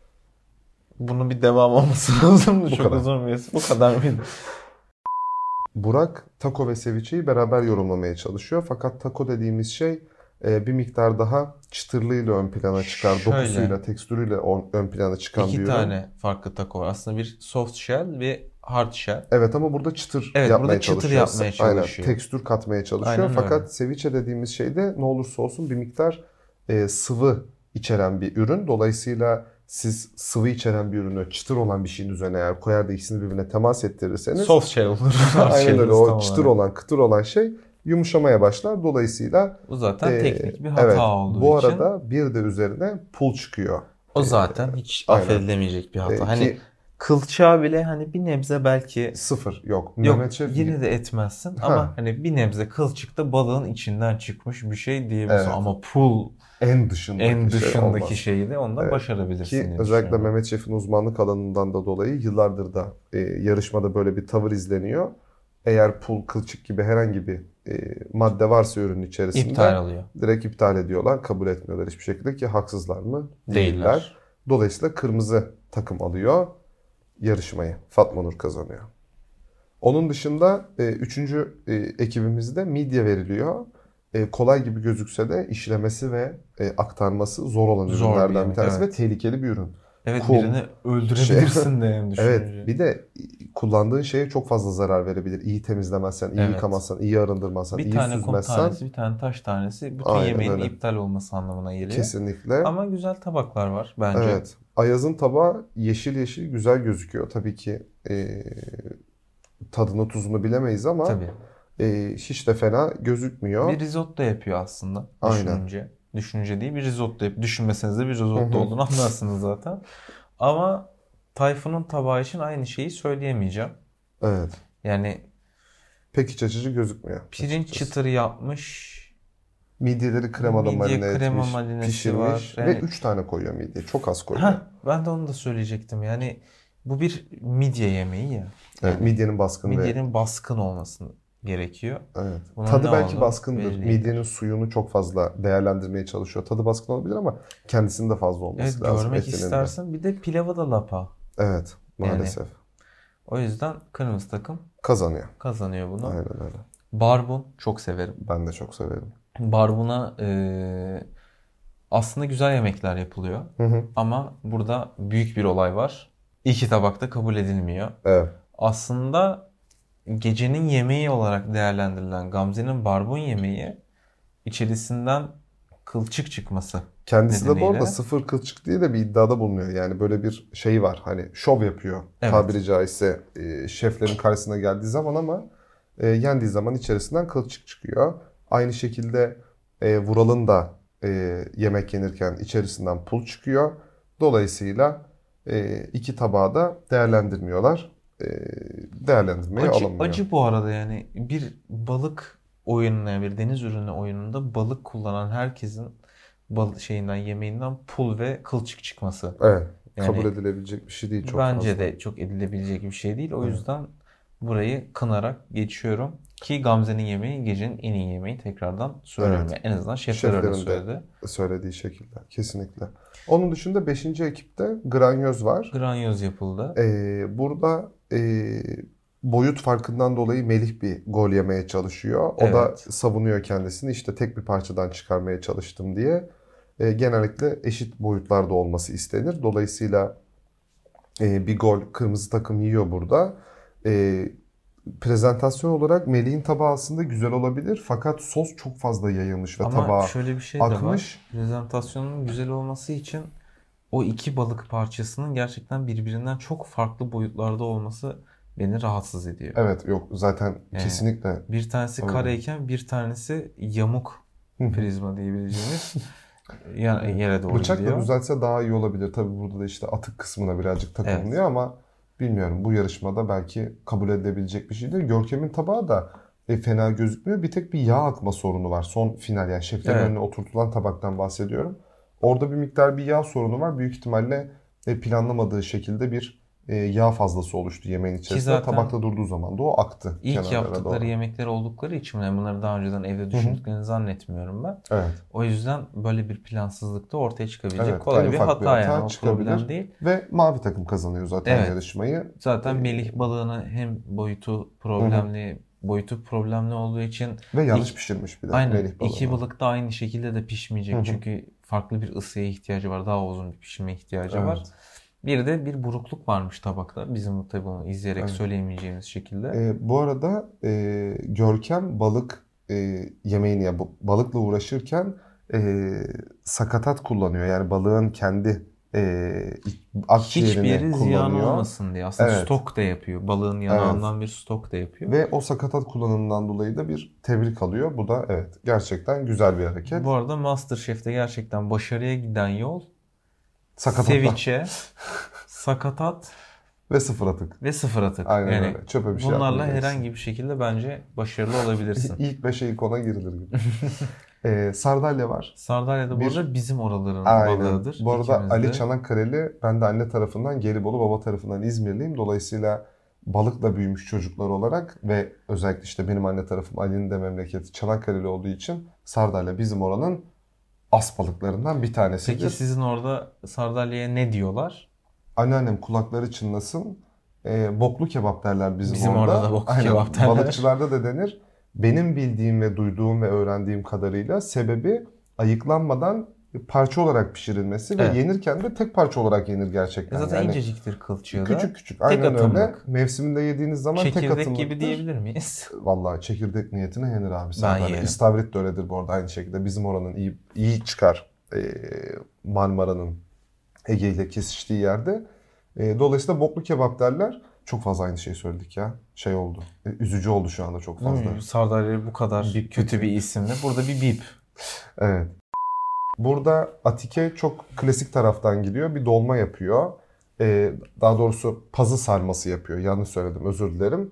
Bunun bir devam olması lazım. Çok kadar. uzun bir Bu kadar mıydı? Burak taco ve ceviche'yi beraber yorumlamaya çalışıyor. Fakat taco dediğimiz şey bir miktar daha çıtırlığıyla ön plana çıkar. Şöyle. Dokusuyla, tekstürüyle ön plana çıkan bir İki ürün. tane farklı taco var. Aslında bir soft shell ve hard shell. Evet ama burada çıtır Evet, yapmaya burada çıtır çalışıyor. yapmaya çalışıyor. Aynen, tekstür katmaya çalışıyor. Aynen Fakat öyle. ceviche dediğimiz şeyde ne olursa olsun bir miktar sıvı içeren bir ürün. Dolayısıyla siz sıvı içeren bir ürünü çıtır olan bir şeyin üzerine eğer koyar da ikisini birbirine temas ettirirseniz Soft shell olur. Hard aynen shell öyle olur o tam çıtır olarak. olan kıtır olan şey yumuşamaya başlar. Dolayısıyla Bu zaten teknik bir hata evet, olduğu bu için. arada bir de üzerine pul çıkıyor. O zaten hiç aynen. affedilemeyecek bir hata. Ki Hani kılçığa bile hani bir nebze belki sıfır yok. yok Mehmet Şef yine de etmezsin ama hani bir nebze kılçıkta balığın içinden çıkmış bir şey diyebilirsin Evet. ama pul en dışındaki şey şeyi de onda Evet. başarabilirsin Ki diye özellikle düşünüyorum. Mehmet Şef'in uzmanlık alanından da dolayı yıllardır da yarışmada böyle bir tavır izleniyor. Eğer pul, kılçık gibi herhangi bir madde varsa ürünün içerisinde İptal oluyor. direkt iptal ediyorlar. Kabul etmiyorlar hiçbir şekilde ki haksızlar mı? Değiller. Dolayısıyla kırmızı takım alıyor yarışmayı. Fatma Nur kazanıyor. Onun dışında üçüncü ekibimizde midye veriliyor. Kolay gibi gözükse de işlemesi ve aktarması zor olan Zor bir ürünlerden bir yemek, tanesi evet. ve tehlikeli bir ürün. Evet Kum, birini öldürebilirsin de yani düşününce. Evet, bir de kullandığın şeye çok fazla zarar verebilir. İyi temizlemezsen, iyi Evet. yıkamazsan, iyi arındırmazsan, Bir iyi tane kum süzmezsen tanesi, bir tane taş tanesi bütün Aynen yemeğin öyle. iptal olması anlamına geliyor. kesinlikle. Ama güzel tabaklar var bence. Evet. Ayaz'ın tabağı yeşil yeşil güzel gözüküyor. Tabii ki tadını tuzunu bilemeyiz ama Tabii. hiç de fena gözükmüyor. Bir risotto yapıyor aslında Aynen. düşününce. Düşününce değil bir risotto yapıyor. Düşünmeseniz de bir risotto Hı hı. olduğunu anlarsınız zaten. Ama Tayfun'un tabağı için aynı şeyi söyleyemeyeceğim. Evet. Yani Pek iç açıcı gözükmüyor. pirinç açıkçası. çıtırı yapmış. Midyeleri kremada Midye, marine krema etmiş, marinesi pişirmiş var. ve Yani- 3 tane koyuyor midye. Çok az koyuyor. Ben de onu da söyleyecektim. Yani bu bir midye yemeği ya. Evet, Yani midyenin baskın ve midyenin baskın olması gerekiyor. evet. Bunun Tadı ne belki olduğu baskındır. belli değil. Midyenin suyunu çok fazla değerlendirmeye çalışıyor. Tadı baskın olabilir ama kendisinin de fazla olması Evet lazım. görmek etinin de. istersin. Bir de pilavı da lapa. Evet, maalesef. O yüzden kırmızı takım Kazanıyor. kazanıyor bunu. Aynen öyle. Barbun çok severim. Ben de çok severim. Barbuna aslında güzel yemekler yapılıyor. Hı hı. Ama burada büyük bir olay var. İki tabakta kabul edilmiyor. Evet. Aslında gecenin yemeği olarak değerlendirilen Gamze'nin barbun yemeği içerisinden kılçık çıkması. Kendisi de bu nedeniyle. arada sıfır kılçık diye de bir iddiada bulunuyor. Yani böyle bir şey var. Hani şov yapıyor. Evet. Tabiri caizse şeflerin karşısına geldiği zaman ama yendiği zaman içerisinden kılçık çıkıyor. Aynı şekilde Vural'ın da yemek yenirken içerisinden pul çıkıyor. Dolayısıyla iki tabağı da değerlendirmiyorlar. Değerlendirmeye alınmıyor. Acı bu arada yani bir balık oyununa yani bir deniz ürünü oyununda balık kullanan herkesin şeyinden yemeğinden pul ve kılçık çıkması. Evet. Yani Kabul edilebilecek bir şey değil çok bence fazla. de çok edilebilecek bir şey değil. O Evet. yüzden burayı kınarak geçiyorum. Ki Gamze'nin yemeği gecenin en iyi yemeği tekrardan söylüyorum. Evet. Yani en azından şefler öyle Şeflerin de söyledi. söylediği şekilde. Kesinlikle. Onun dışında 5. ekipte Granyoz var. Granyoz yapıldı. Burada boyut farkından dolayı Melih bir gol yemeye çalışıyor. O da Evet. savunuyor kendisini. İşte tek bir parçadan çıkarmaya çalıştım diye. Genellikle eşit boyutlarda olması istenir. Dolayısıyla bir gol kırmızı takım yiyor burada. Prezentasyon olarak Melih'in tabağı aslında güzel olabilir. Fakat sos çok fazla yayılmış ve Ama tabağa şöyle bir şey de akmış. var. Prezentasyonun güzel olması için o iki balık parçasının gerçekten birbirinden çok farklı boyutlarda olması beni rahatsız ediyor. Evet yok zaten kesinlikle. Bir tanesi Öyle. kareyken bir tanesi yamuk Hı. prizma diyebileceğimiz yere doğru Bıçakla gidiyor. düzelse daha iyi olabilir. Tabii burada da işte atık kısmına birazcık takılıyor ama bilmiyorum bu yarışmada belki kabul edilebilecek bir şey değil. Görkem'in tabağı da fena gözükmüyor. Bir tek bir yağ akma sorunu var. Son final yani şeflerin önüne oturtulan tabaktan bahsediyorum. Orada bir miktar bir yağ sorunu var. Büyük ihtimalle planlamadığı şekilde bir yağ fazlası oluştu yemeğin içerisinde. zaten Tabakta durduğu zaman da o aktı İlk kenarlara yaptıkları doğru. yemekler oldukları için yani bunları daha önceden evde düşündüklerini zannetmiyorum ben. Evet. O yüzden böyle bir plansızlık da ortaya çıkabilecek Evet, kolay en bir ufak hata yani. O çıkabilir. problem değil. Ve mavi takım kazanıyor zaten Evet. yarışmayı. Zaten Melih balığını hem boyutu problemli olduğu için Ve yanlış pişirmiş bir de aynen Melih balığını. iki balık da aynı şekilde de pişmeyecek. Çünkü farklı bir ısıya ihtiyacı var. Daha uzun bir pişirme ihtiyacı var. Bir de bir burukluk varmış tabakta. Bizim tabii bunu izleyerek söyleyemeyeceğimiz şekilde. Bu arada Görkem balık yemeğini ya balıkla uğraşırken sakatat kullanıyor. Yani balığın kendi akciğerini Hiçbir yeri ziyan kullanıyor. olmasın diye. Aslında Evet. stok da yapıyor. Balığın yanağından bir stok da yapıyor. Ve o sakatat kullanımından dolayı da bir tebrik alıyor. Bu da evet gerçekten güzel bir hareket. Bu arada MasterChef'te gerçekten başarıya giden yol Sakatatta. seviçe, sakatat Ve sıfır atık. ve sıfır atık. Aynen yani öyle. Çöpe bir şey bunlarla yapmayacaksın. herhangi bir şekilde bence başarılı olabilirsin. İlk 5'e ilk 10'a girilir gibi. Sardalya var. Sardalya'da bu arada bizim oraların Aynen. balığıdır. Bu arada İkimiz Ali de. Çanakkale'li, ben de anne tarafından Gelibolu, baba tarafından İzmirliyim. Dolayısıyla balıkla büyümüş çocuklar olarak ve özellikle işte benim anne tarafım Ali'nin de memleketi Çanakkale'li olduğu için Sardalya bizim oranın as balıklarından bir tanesidir. Peki sizin orada Sardalya'ya ne diyorlar? Anneannem kulakları çınlasın. Boklu kebap derler bizim orada. orada da boklu Aynen, kebap derler. Balıkçılarda da denir. Benim bildiğim ve duyduğum ve öğrendiğim kadarıyla sebebi ayıklanmadan parça olarak pişirilmesi ve yenirken de tek parça olarak yenir gerçekten. Zaten yani inceciktir kılçığı da. küçük küçük. Aynen öyle. atımlık. Mevsiminde yediğiniz zaman tek Çekirdek atımlıktır. gibi diyebilir miyiz? Vallahi çekirdek niyetine yenir abi. yerim. İstavrit de öyledir bu arada aynı şekilde. Bizim oranın iyi çıkar. Marmara'nın Ege ile kesiştiği yerde. Dolayısıyla boklu kebap derler. Çok fazla aynı şeyi söyledik ya. Şey oldu. Üzücü oldu şu anda çok fazla. Sardalya'ya bu kadar kötü bir isimle. Burada bir bip. Evet. Burada Atike çok klasik taraftan gidiyor. Bir dolma yapıyor. Daha doğrusu pazı sarması yapıyor. Yanlış söyledim, özür dilerim.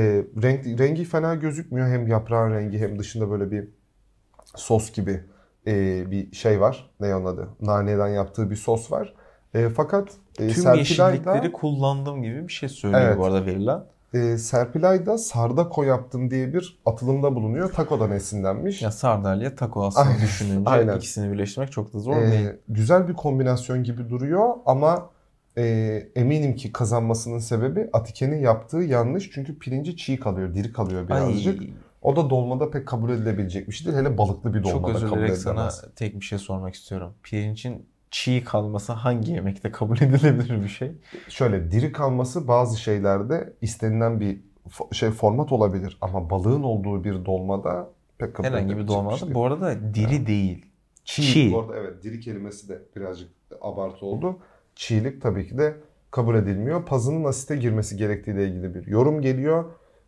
Rengi fena gözükmüyor. Hem yaprağın rengi hem dışında böyle bir sos gibi bir şey var. Ne onun adı? Naneden yaptığı bir sos var. Fakat Tüm yeşillikleri kullandığım gibi bir şey söylüyor bu arada verilen. Serpilay da sardako yaptım diye bir atılımda bulunuyor. Tako'dan esinlenmiş. Ya sardalya, taco aslında düşününce ikisini birleştirmek çok da zor değil. Güzel bir kombinasyon gibi duruyor ama eminim ki kazanmasının sebebi Atike'nin yaptığı yanlış. Çünkü pirinci çiğ kalıyor, diri kalıyor birazcık. O da dolmada pek kabul edilebilecek bir şey değil. Hele balıklı bir dolmada kabul edilemez. Çok özür dilerim, sana tek bir şey sormak istiyorum. Pirincin çiğ kalması hangi yemekte kabul edilebilir bir şey? Şöyle diri kalması bazı şeylerde istenilen bir format olabilir. Ama balığın olduğu bir dolmada pek kabul edilebilecek herhangi bir dolmada. Bu arada diri değil. Çiğ. Bu arada evet, diri kelimesi de birazcık abartı oldu. Çiğlik tabii ki de kabul edilmiyor. Pazının asite girmesi gerektiğiyle ilgili bir yorum geliyor.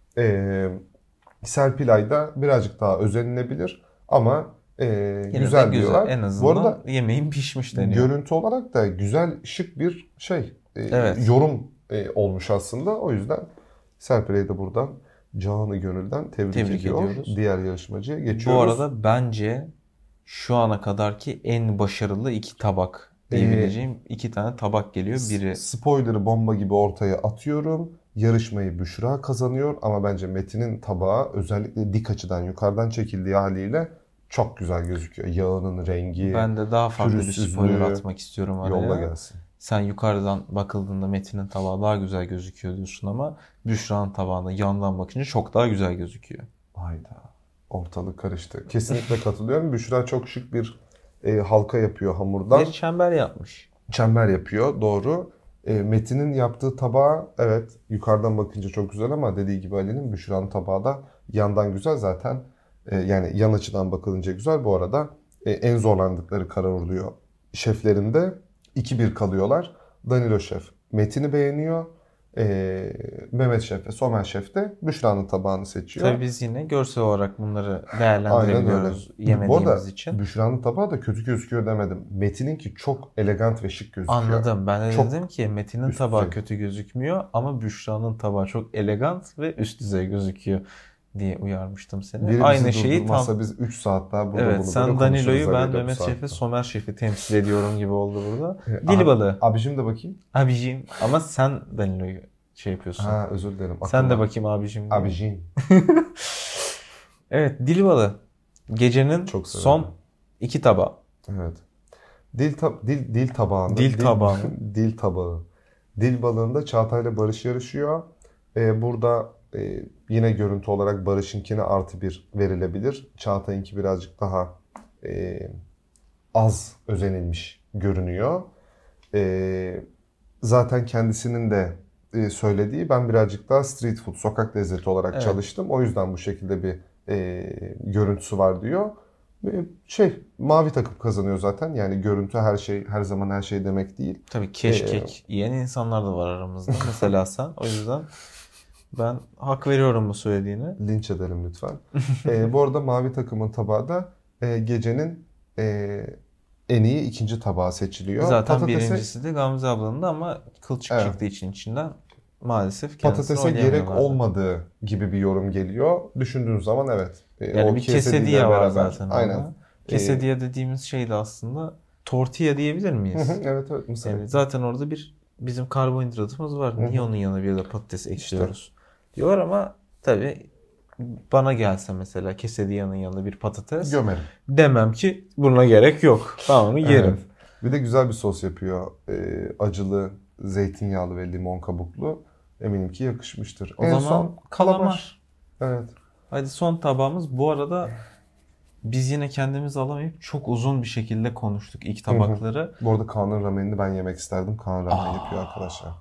Serpilay'da birazcık daha özenilebilir ama güzel diyorlar. En azından bu arada yemeğin pişmiş deniyor. Görüntü olarak da güzel, şık bir yorum olmuş aslında. O yüzden Serpilay'ı da buradan canı gönülden tebrik ediyoruz. Diğer yarışmacıya geçiyoruz. Bu arada bence şu ana kadarki en başarılı iki tabak diyebileceğim iki tane tabak geliyor. Biri spoiler'ı bomba gibi ortaya atıyorum. Yarışmayı Büşra kazanıyor ama bence Metin'in tabağı özellikle dik açıdan yukarıdan çekildiği haliyle çok güzel gözüküyor. Yağının rengi, ben de daha farklı bir spoiler atmak istiyorum araya. Yolla gelsin. Sen yukarıdan bakıldığında Metin'in tabağı daha güzel gözüküyor diyorsun ama Büşra'nın tabağına yandan bakınca çok daha güzel gözüküyor. Hayda. Ortalık karıştı. Kesinlikle katılıyorum. Büşra çok şık bir halka yapıyor hamurdan. Bir çember yapmış. Çember yapıyor, doğru. Metin'in yaptığı tabağı evet yukarıdan bakınca çok güzel ama dediği gibi Ali'nin, Büşra'nın tabağı da yandan güzel zaten. Yani yan açıdan bakılınca güzel. Bu arada en zorlandıkları karar oluyor. Şeflerinde 2-1 kalıyorlar. Danilo Şef Metin'i beğeniyor. Mehmet Şef ve Somer Şef de Büşra'nın tabağını seçiyor. Tabii biz yine görsel olarak bunları değerlendirebiliyoruz yemediğimiz için. Büşra'nın tabağı da kötü gözüküyor demedim. Metin'inki çok elegant ve şık gözüküyor. Anladım. Ben de dedim ki Metin'in tabağı kötü gözükmüyor ama Büşra'nın tabağı çok elegant ve üst düzey gözüküyor. diye uyarmıştım seni. Biri Aynı bizi şeyi tam... durdurmazsa biz 3 saat daha burada Evet, bunu sen böyle Danilo'yu, konuşuruz ben herhalde bu Mehmet saatte. Şef'i, Somer Şef'i temsil ediyorum gibi oldu burada. Aha, Dili abicim de bakayım. Abicim. Ama sen Danilo'yu şey yapıyorsun. Ha, özür dilerim. Sen de bakayım abicim diye. Abicim. Evet, dil balı. Gecenin Çok severim. son 2 tabağı. Evet. Dil tabağında. Dil tabağı. Dil tabağı. Dil balığında Çağatay'la Barış yarışıyor. Burada yine görüntü olarak Barış'ınkine +1 verilebilir. Çağatay'ınki birazcık daha az özenilmiş görünüyor. Zaten kendisinin de söylediği, ben birazcık daha street food, sokak lezzeti olarak çalıştım. O yüzden bu şekilde bir görüntüsü var diyor. Mavi takım kazanıyor zaten. Yani görüntü her şey, her zaman her şey demek değil. Tabii keşkek yiyen insanlar da var aramızda. Mesela sen. O yüzden ben hak veriyorum bu söylediğine. Linç edelim lütfen. Bu arada mavi takımın tabağı da gecenin en iyi ikinci tabağı seçiliyor. Zaten birincisi de Gamze ablanın da ama kılçık çıktığı için içinden maalesef kendisini patatese gerek olmadığı gibi bir yorum geliyor. Düşündüğün zaman evet. Yani bir quesadilla var zaten. Aynen. Quesadilla dediğimiz şey de aslında tortilla diyebilir miyiz? Evet mısır. Yani zaten orada bizim karbonhidratımız var. Niye onun yanına bir de patates ekliyoruz? Diyorlar ama tabii bana gelse mesela quesadilla'nın yanında bir patates gömerim. Demem ki buna gerek yok. Ben onu yerim. Evet. Bir de güzel bir sos yapıyor. Acılı, zeytinyağlı ve limon kabuklu. Eminim ki yakışmıştır. O zaman son kalamar. Evet. Hadi son tabağımız. Bu arada biz yine kendimiz alamayıp çok uzun bir şekilde konuştuk ilk tabakları. Bu arada Kaan'ın ramenini ben yemek isterdim. Kaan ramen yapıyor arkadaşlar.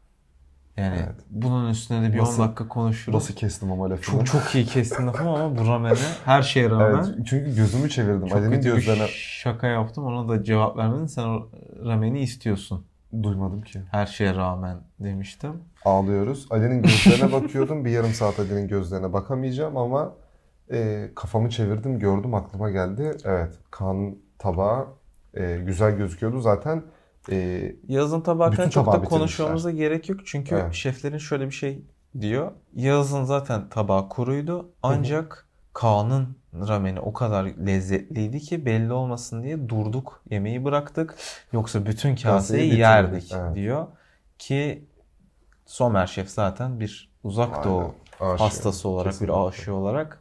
Yani bunun üstüne de bir 10 dakika konuşuruz. Nasıl kestim ama lafını? Çok iyi kestim lafımı ama bu ramene her şeye rağmen. Evet, çünkü gözümü çevirdim. Çok Ali'nin kötü gözlerine... bir şaka yaptım. Ona da cevap vermedin. Sen o rameni istiyorsun. Duymadım ki. Her şeye rağmen demiştim. Ağlıyoruz. Ali'nin gözlerine bakıyordum. Bir yarım saat Ali'nin gözlerine bakamayacağım ama kafamı çevirdim, gördüm, aklıma geldi. Evet, Kaan'ın tabağı güzel gözüküyordu. Zaten Yağız'ın tabağı hakkında çok da bitirmişler. konuşmamıza gerek yok. Çünkü şeflerin şöyle bir şey diyor. Yağız'ın zaten tabağı kuruydu. Ancak Kaan'ın rameni o kadar lezzetliydi ki belli olmasın diye durduk, yemeği bıraktık. Yoksa bütün kaseyi yerdik diyor. Ki Somer Şef zaten bir uzak doğu hastası olarak, kesinlikle, bir aşığı olarak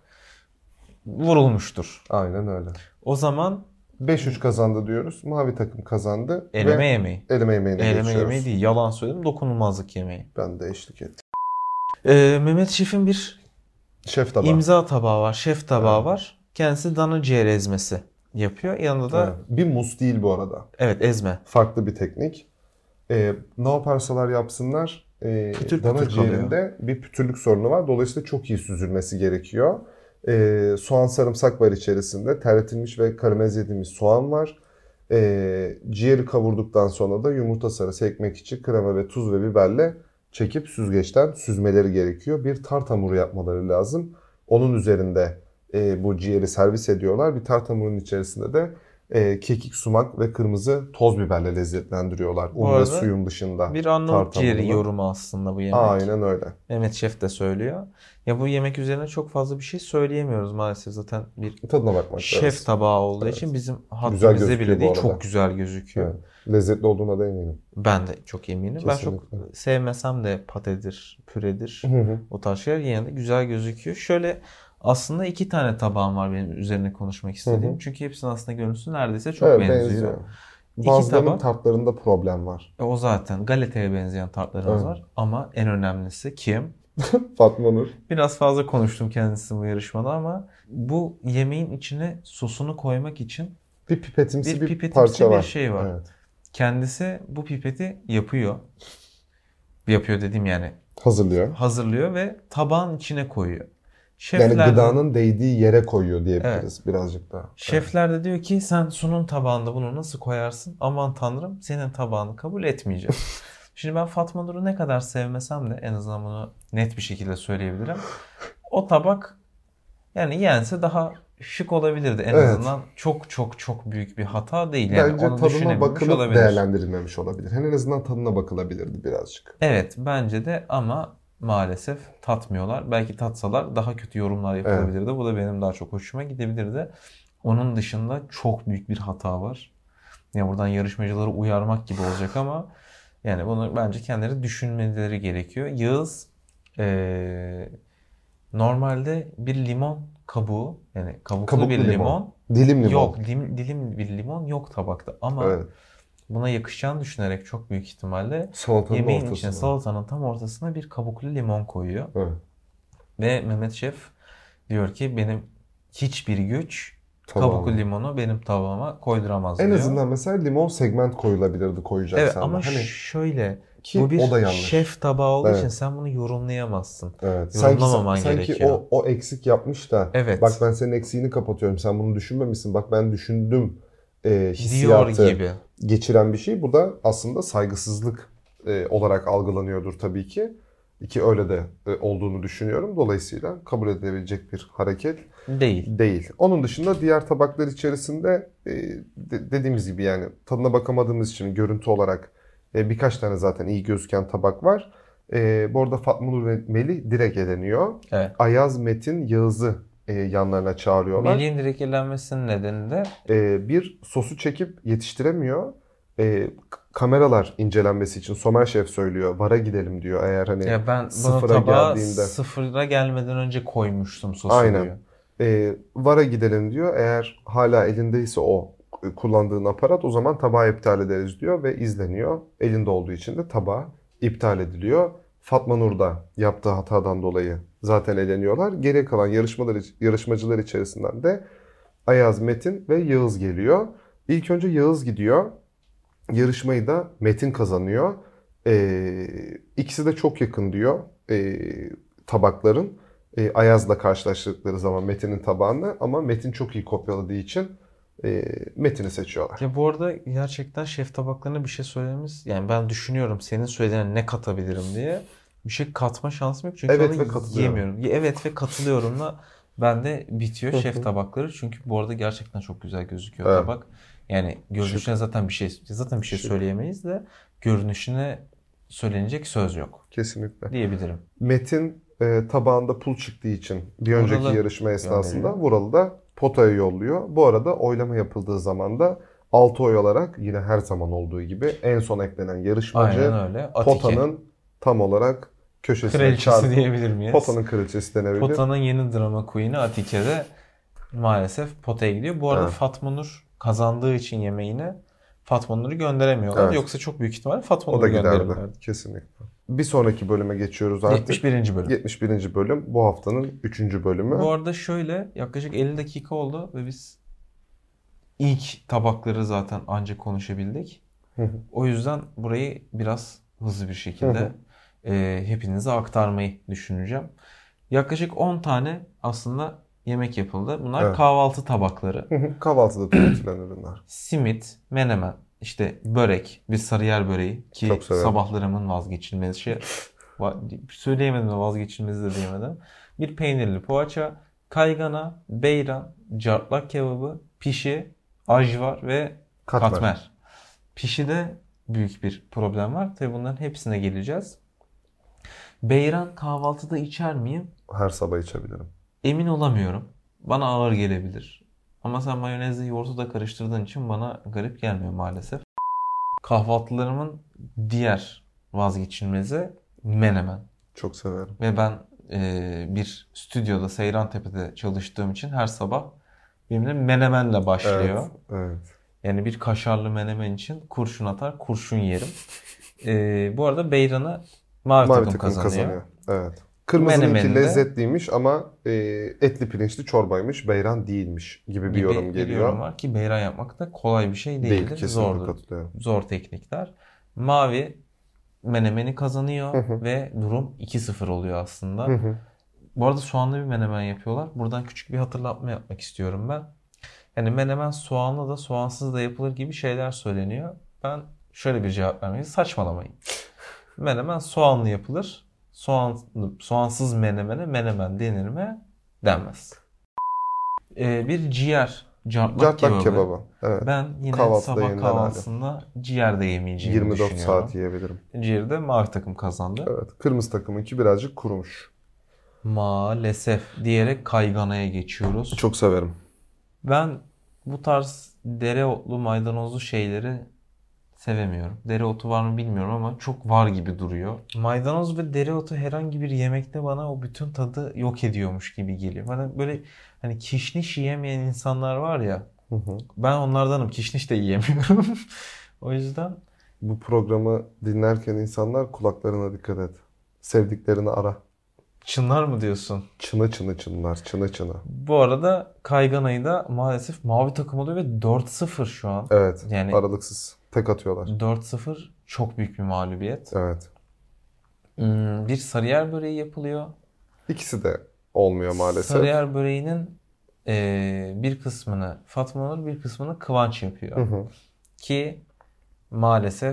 vurulmuştur. Aynen öyle. O zaman 5-3 kazandı diyoruz. Mavi takım kazandı. Eleme yemeği. Eleme yemeğine geçiyoruz. Eleme yemeği değil. Yalan söyledim. Dokunulmazlık yemeği. Ben de eşlik ettim. Mehmet Şef'in bir şef tabağı. İmza tabağı var. Şef tabağı var. Kendisi dana ciğer ezmesi yapıyor. Yanında da... Bir mus değil bu arada. Evet, ezme. Farklı bir teknik. Ne yaparsalar yapsınlar dana ciğerinde bir pütürlük sorunu var. Dolayısıyla çok iyi süzülmesi gerekiyor. Soğan, sarımsak var içerisinde. Terletilmiş ve karamelize soğan var. Ciğeri kavurduktan sonra da yumurta sarısı, ekmek içi, krema ve tuz ve biberle çekip süzgeçten süzmeleri gerekiyor. Bir tart hamuru yapmaları lazım. Onun üzerinde bu ciğeri servis ediyorlar. Bir tart hamurunun içerisinde de kekik, sumak ve kırmızı toz biberle lezzetlendiriyorlar. Un ve suyun dışında. Bir Arnavut ciğeri yorumu aslında bu yemek. Aynen öyle. Mehmet Şef de söylüyor. Ya bu yemek üzerine çok fazla bir şey söyleyemiyoruz maalesef. Zaten bir tadına bakmak şef lazım. tabağı olduğu için bizim haddimize bile değil. Çok güzel gözüküyor. Evet. Lezzetli olduğuna da eminim. Ben de çok eminim. Kesinlikle. Ben çok sevmesem de patedir, püredir. O tarz şeyler yine de güzel gözüküyor. Şöyle aslında 2 tane tabağım var benim üzerine konuşmak istediğim. Çünkü hepsinin aslında görüntüsü neredeyse çok benziyor. Bazılarının tartlarında problem var. O zaten galeteye benzeyen tartlarımız var. Ama en önemlisi kim? Fatma Nur. Biraz fazla konuştum kendisi bu yarışmada ama bu yemeğin içine sosunu koymak için bir pipetimsi bir parça bir var. şey var. Evet. Kendisi bu pipeti yapıyor. Yapıyor dediğim yani. Hazırlıyor ve tabağın içine koyuyor. Yani gıdanın değdiği yere koyuyor diyebiliriz birazcık daha. Şefler de diyor ki sen sunum tabağında bunu nasıl koyarsın? Aman tanrım senin tabağını kabul etmeyeceğim. Şimdi ben Fatma Nur'u ne kadar sevmesem de en azından bunu net bir şekilde söyleyebilirim. O tabak yani yense daha şık olabilirdi. En azından çok çok çok büyük bir hata değil. Yani bence onu tadına bakılıp olabilir. Değerlendirilmemiş olabilir. En azından tadına bakılabilirdi birazcık. Evet bence de ama maalesef tatmıyorlar. Belki tatsalar daha kötü yorumlar yapılabilirdi. Bu da benim daha çok hoşuma gidebilirdi. Onun dışında çok büyük bir hata var. Yani buradan yarışmacıları uyarmak gibi olacak ama yani bunu bence kendileri düşünmeleri gerekiyor. Yağız normalde bir limon kabuğu, yani kabuklu bir limon Dilim limon. yok. Dilim bir limon yok tabakta ama Evet. buna yakışacağını düşünerek çok büyük ihtimalle Salatanın yemeğin içine, ortasına. salatanın tam ortasına bir kabuklu limon koyuyor. Evet. Ve Mehmet Şef diyor ki benim hiçbir güç Tabağıma. kabuklu limonu benim tabağıma koyduramaz En diyor. azından mesela limon segment koyulabilirdi koyacaksan. Evet ama da. Hani şöyle ki bu bir o da yanlış. şef tabağı olduğu Evet. için sen bunu yorumlayamazsın. Evet. Yorumlamaman Sanki gerekiyor. o eksik yapmış da Evet. bak ben senin eksiğini kapatıyorum. Sen bunu düşünmemişsin. Bak ben düşündüm. Diyor Hissiyatı gibi. geçiren bir şey. Bu da aslında saygısızlık olarak algılanıyordur tabii ki. Ki öyle de olduğunu düşünüyorum. Dolayısıyla kabul edilebilecek bir hareket değil. Onun dışında diğer tabaklar içerisinde dediğimiz gibi yani tadına bakamadığımız için görüntü olarak birkaç tane zaten iyi gözüken tabak var. Bu arada Fatma Nur ve Melih direkt eleniyor. Evet. Ayaz, Metin, Yağız'ı yanlarına çağırıyorlar. Melih'in direkt elenmesinin nedeni de Bir sosu çekip yetiştiremiyor. Kameralar incelenmesi için Somer Şef söylüyor. VAR'a gidelim diyor. Eğer hani ya ben bunu sıfıra tabağa geldiğinde. sıfıra gelmeden önce koymuştum sosu Aynen. diyor. VAR'a gidelim diyor. Eğer hala elindeyse o kullandığın aparat o zaman tabağı iptal ederiz diyor ve izleniyor. Elinde olduğu için de tabağı iptal ediliyor. Fatma Nur da yaptığı hatadan dolayı zaten eleniyorlar. Geriye kalan yarışmacılar içerisinden de Ayaz, Metin ve Yağız geliyor. İlk önce Yağız gidiyor. Yarışmayı da Metin kazanıyor. İkisi de çok yakın diyor tabakların. Ayaz'la karşılaştıkları zaman Metin'in tabağını ama Metin çok iyi kopyaladığı için Metin'i seçiyorlar. Ya bu arada gerçekten şef tabaklarına bir şey söylememiz, yani ben düşünüyorum senin söylediğine ne katabilirim diye. Bir şey katma şansım yok çünkü Evet onu ve katılıyorum. yemiyorum. Evet ve katılıyorumla bende bitiyor şef tabakları. Çünkü bu arada gerçekten çok güzel gözüküyor Evet. tabak. Yani görünüşüne zaten bir şey söyleyemeyiz de görünüşüne söylenecek söz yok Kesinlikle. diyebilirim. Metin tabağında pul çıktığı için bir önceki Vuralı yarışma esnasında gönderiyor. Vuralı da potaya yolluyor. Bu arada oylama yapıldığı zaman da 6 oy olarak yine her zaman olduğu gibi en son eklenen yarışmacı Aynen öyle. Atike. potanın tam olarak köşesine Kraliçesi çarpıp diyebilir miyiz? potanın kraliçesi denebilir. Pota'nın yeni drama queen'i Atike'de maalesef potaya gidiyor. Bu arada Evet. Fatma Nur kazandığı için yemeğine Fatma Nur'u gönderemiyorlar. Evet. Yoksa çok büyük ihtimalle Fatma O Nur'u da giderdi. gönderirlerdi. Kesinlikle. Bir sonraki bölüme geçiyoruz artık. 71. bölüm. 71. bölüm. Bu haftanın 3. bölümü. Bu arada şöyle yaklaşık 50 dakika oldu ve biz ilk tabakları zaten ancak konuşabildik. O yüzden burayı biraz hızlı bir şekilde hepinize aktarmayı düşüneceğim. Yaklaşık 10 tane aslında yemek yapıldı. Bunlar Evet. kahvaltı tabakları. Kahvaltıda tüketilen ürünler. Simit, menemen, işte börek, bir Sarıyer böreği ki Çok severim. sabahlarımın vazgeçilmezi. Söyleyemedim de vazgeçilmezi de diyemedim. Bir peynirli poğaça, kaygana, beyran, cartlak kebabı, pişi, ajvar ve katmer. Pişide büyük bir problem var. Tabii bunların hepsine geleceğiz. Beyran kahvaltıda içer miyim? Her sabah içebilirim. Emin olamıyorum. Bana ağır gelebilir. Ama sen mayonezle yoğurtu da karıştırdığın için bana garip gelmiyor maalesef. Kahvaltılarımın diğer vazgeçilmezi menemen. Çok severim. Ve ben bir stüdyoda Seyrantepe'de çalıştığım için her sabah benimle menemenle başlıyor. Evet. Yani bir kaşarlı menemen için kurşun atar, kurşun yerim. Bu arada beyranı mavi takım kazanıyor. Evet. Kırmızınınki Menemeninde lezzetliymiş ama etli pirinçli çorbaymış, beyran değilmiş gibi bir yorum bir geliyor. yorum var ki beyran yapmak da kolay bir şey değildir. Kesinlikle Zordur. katılıyorum. Zor teknikler. Mavi menemeni kazanıyor ve durum 2-0 oluyor aslında. Bu arada soğanlı bir menemen yapıyorlar. Buradan küçük bir hatırlatma yapmak istiyorum ben. Yani menemen soğanlı da soğansız da yapılır gibi şeyler söyleniyor. Ben şöyle bir cevap vermeyi saçmalamayın. Menemen soğanlı yapılır. Soğansız menemene menemen denir mi? Denmez. Bir ciğer Cartlak Cartlak kebabı. kebabı. Evet. Ben yine Kahvaltıda sabah yenilen kahvaltısında ciğer de yemeyeceğimi 24 düşünüyorum. saat yiyebilirim. Ciğeri de mavi takım kazandı. Evet. Kırmızı takımınki birazcık kurumuş. Maalesef diyerek kayganaya geçiyoruz. Çok severim. Ben bu tarz dereotlu maydanozlu şeyleri sevemiyorum. Dereotu var mı bilmiyorum ama çok var gibi duruyor. Maydanoz ve dereotu herhangi bir yemekte bana o bütün tadı yok ediyormuş gibi geliyor. Bana böyle hani kişniş yiyemeyen insanlar var ya. Hı hı. Ben onlardanım. Kişniş de yiyemiyorum. O yüzden Bu programı dinlerken insanlar kulaklarına dikkat et. Sevdiklerini ara. çınlar mı diyorsun? Çını çını çınlar. Çını çını. Bu arada kayganayı da maalesef mavi takım oluyor ve 4-0 şu an. Evet. Yani Aralıksız. Tek atıyorlar. 4-0 çok büyük bir mağlubiyet. Evet. Bir Sarıyer böreği yapılıyor. İkisi de olmuyor maalesef. Sarıyer böreğinin bir kısmını Fatma Nur, bir kısmını Kıvanç yapıyor. Hı hı. Ki maalesef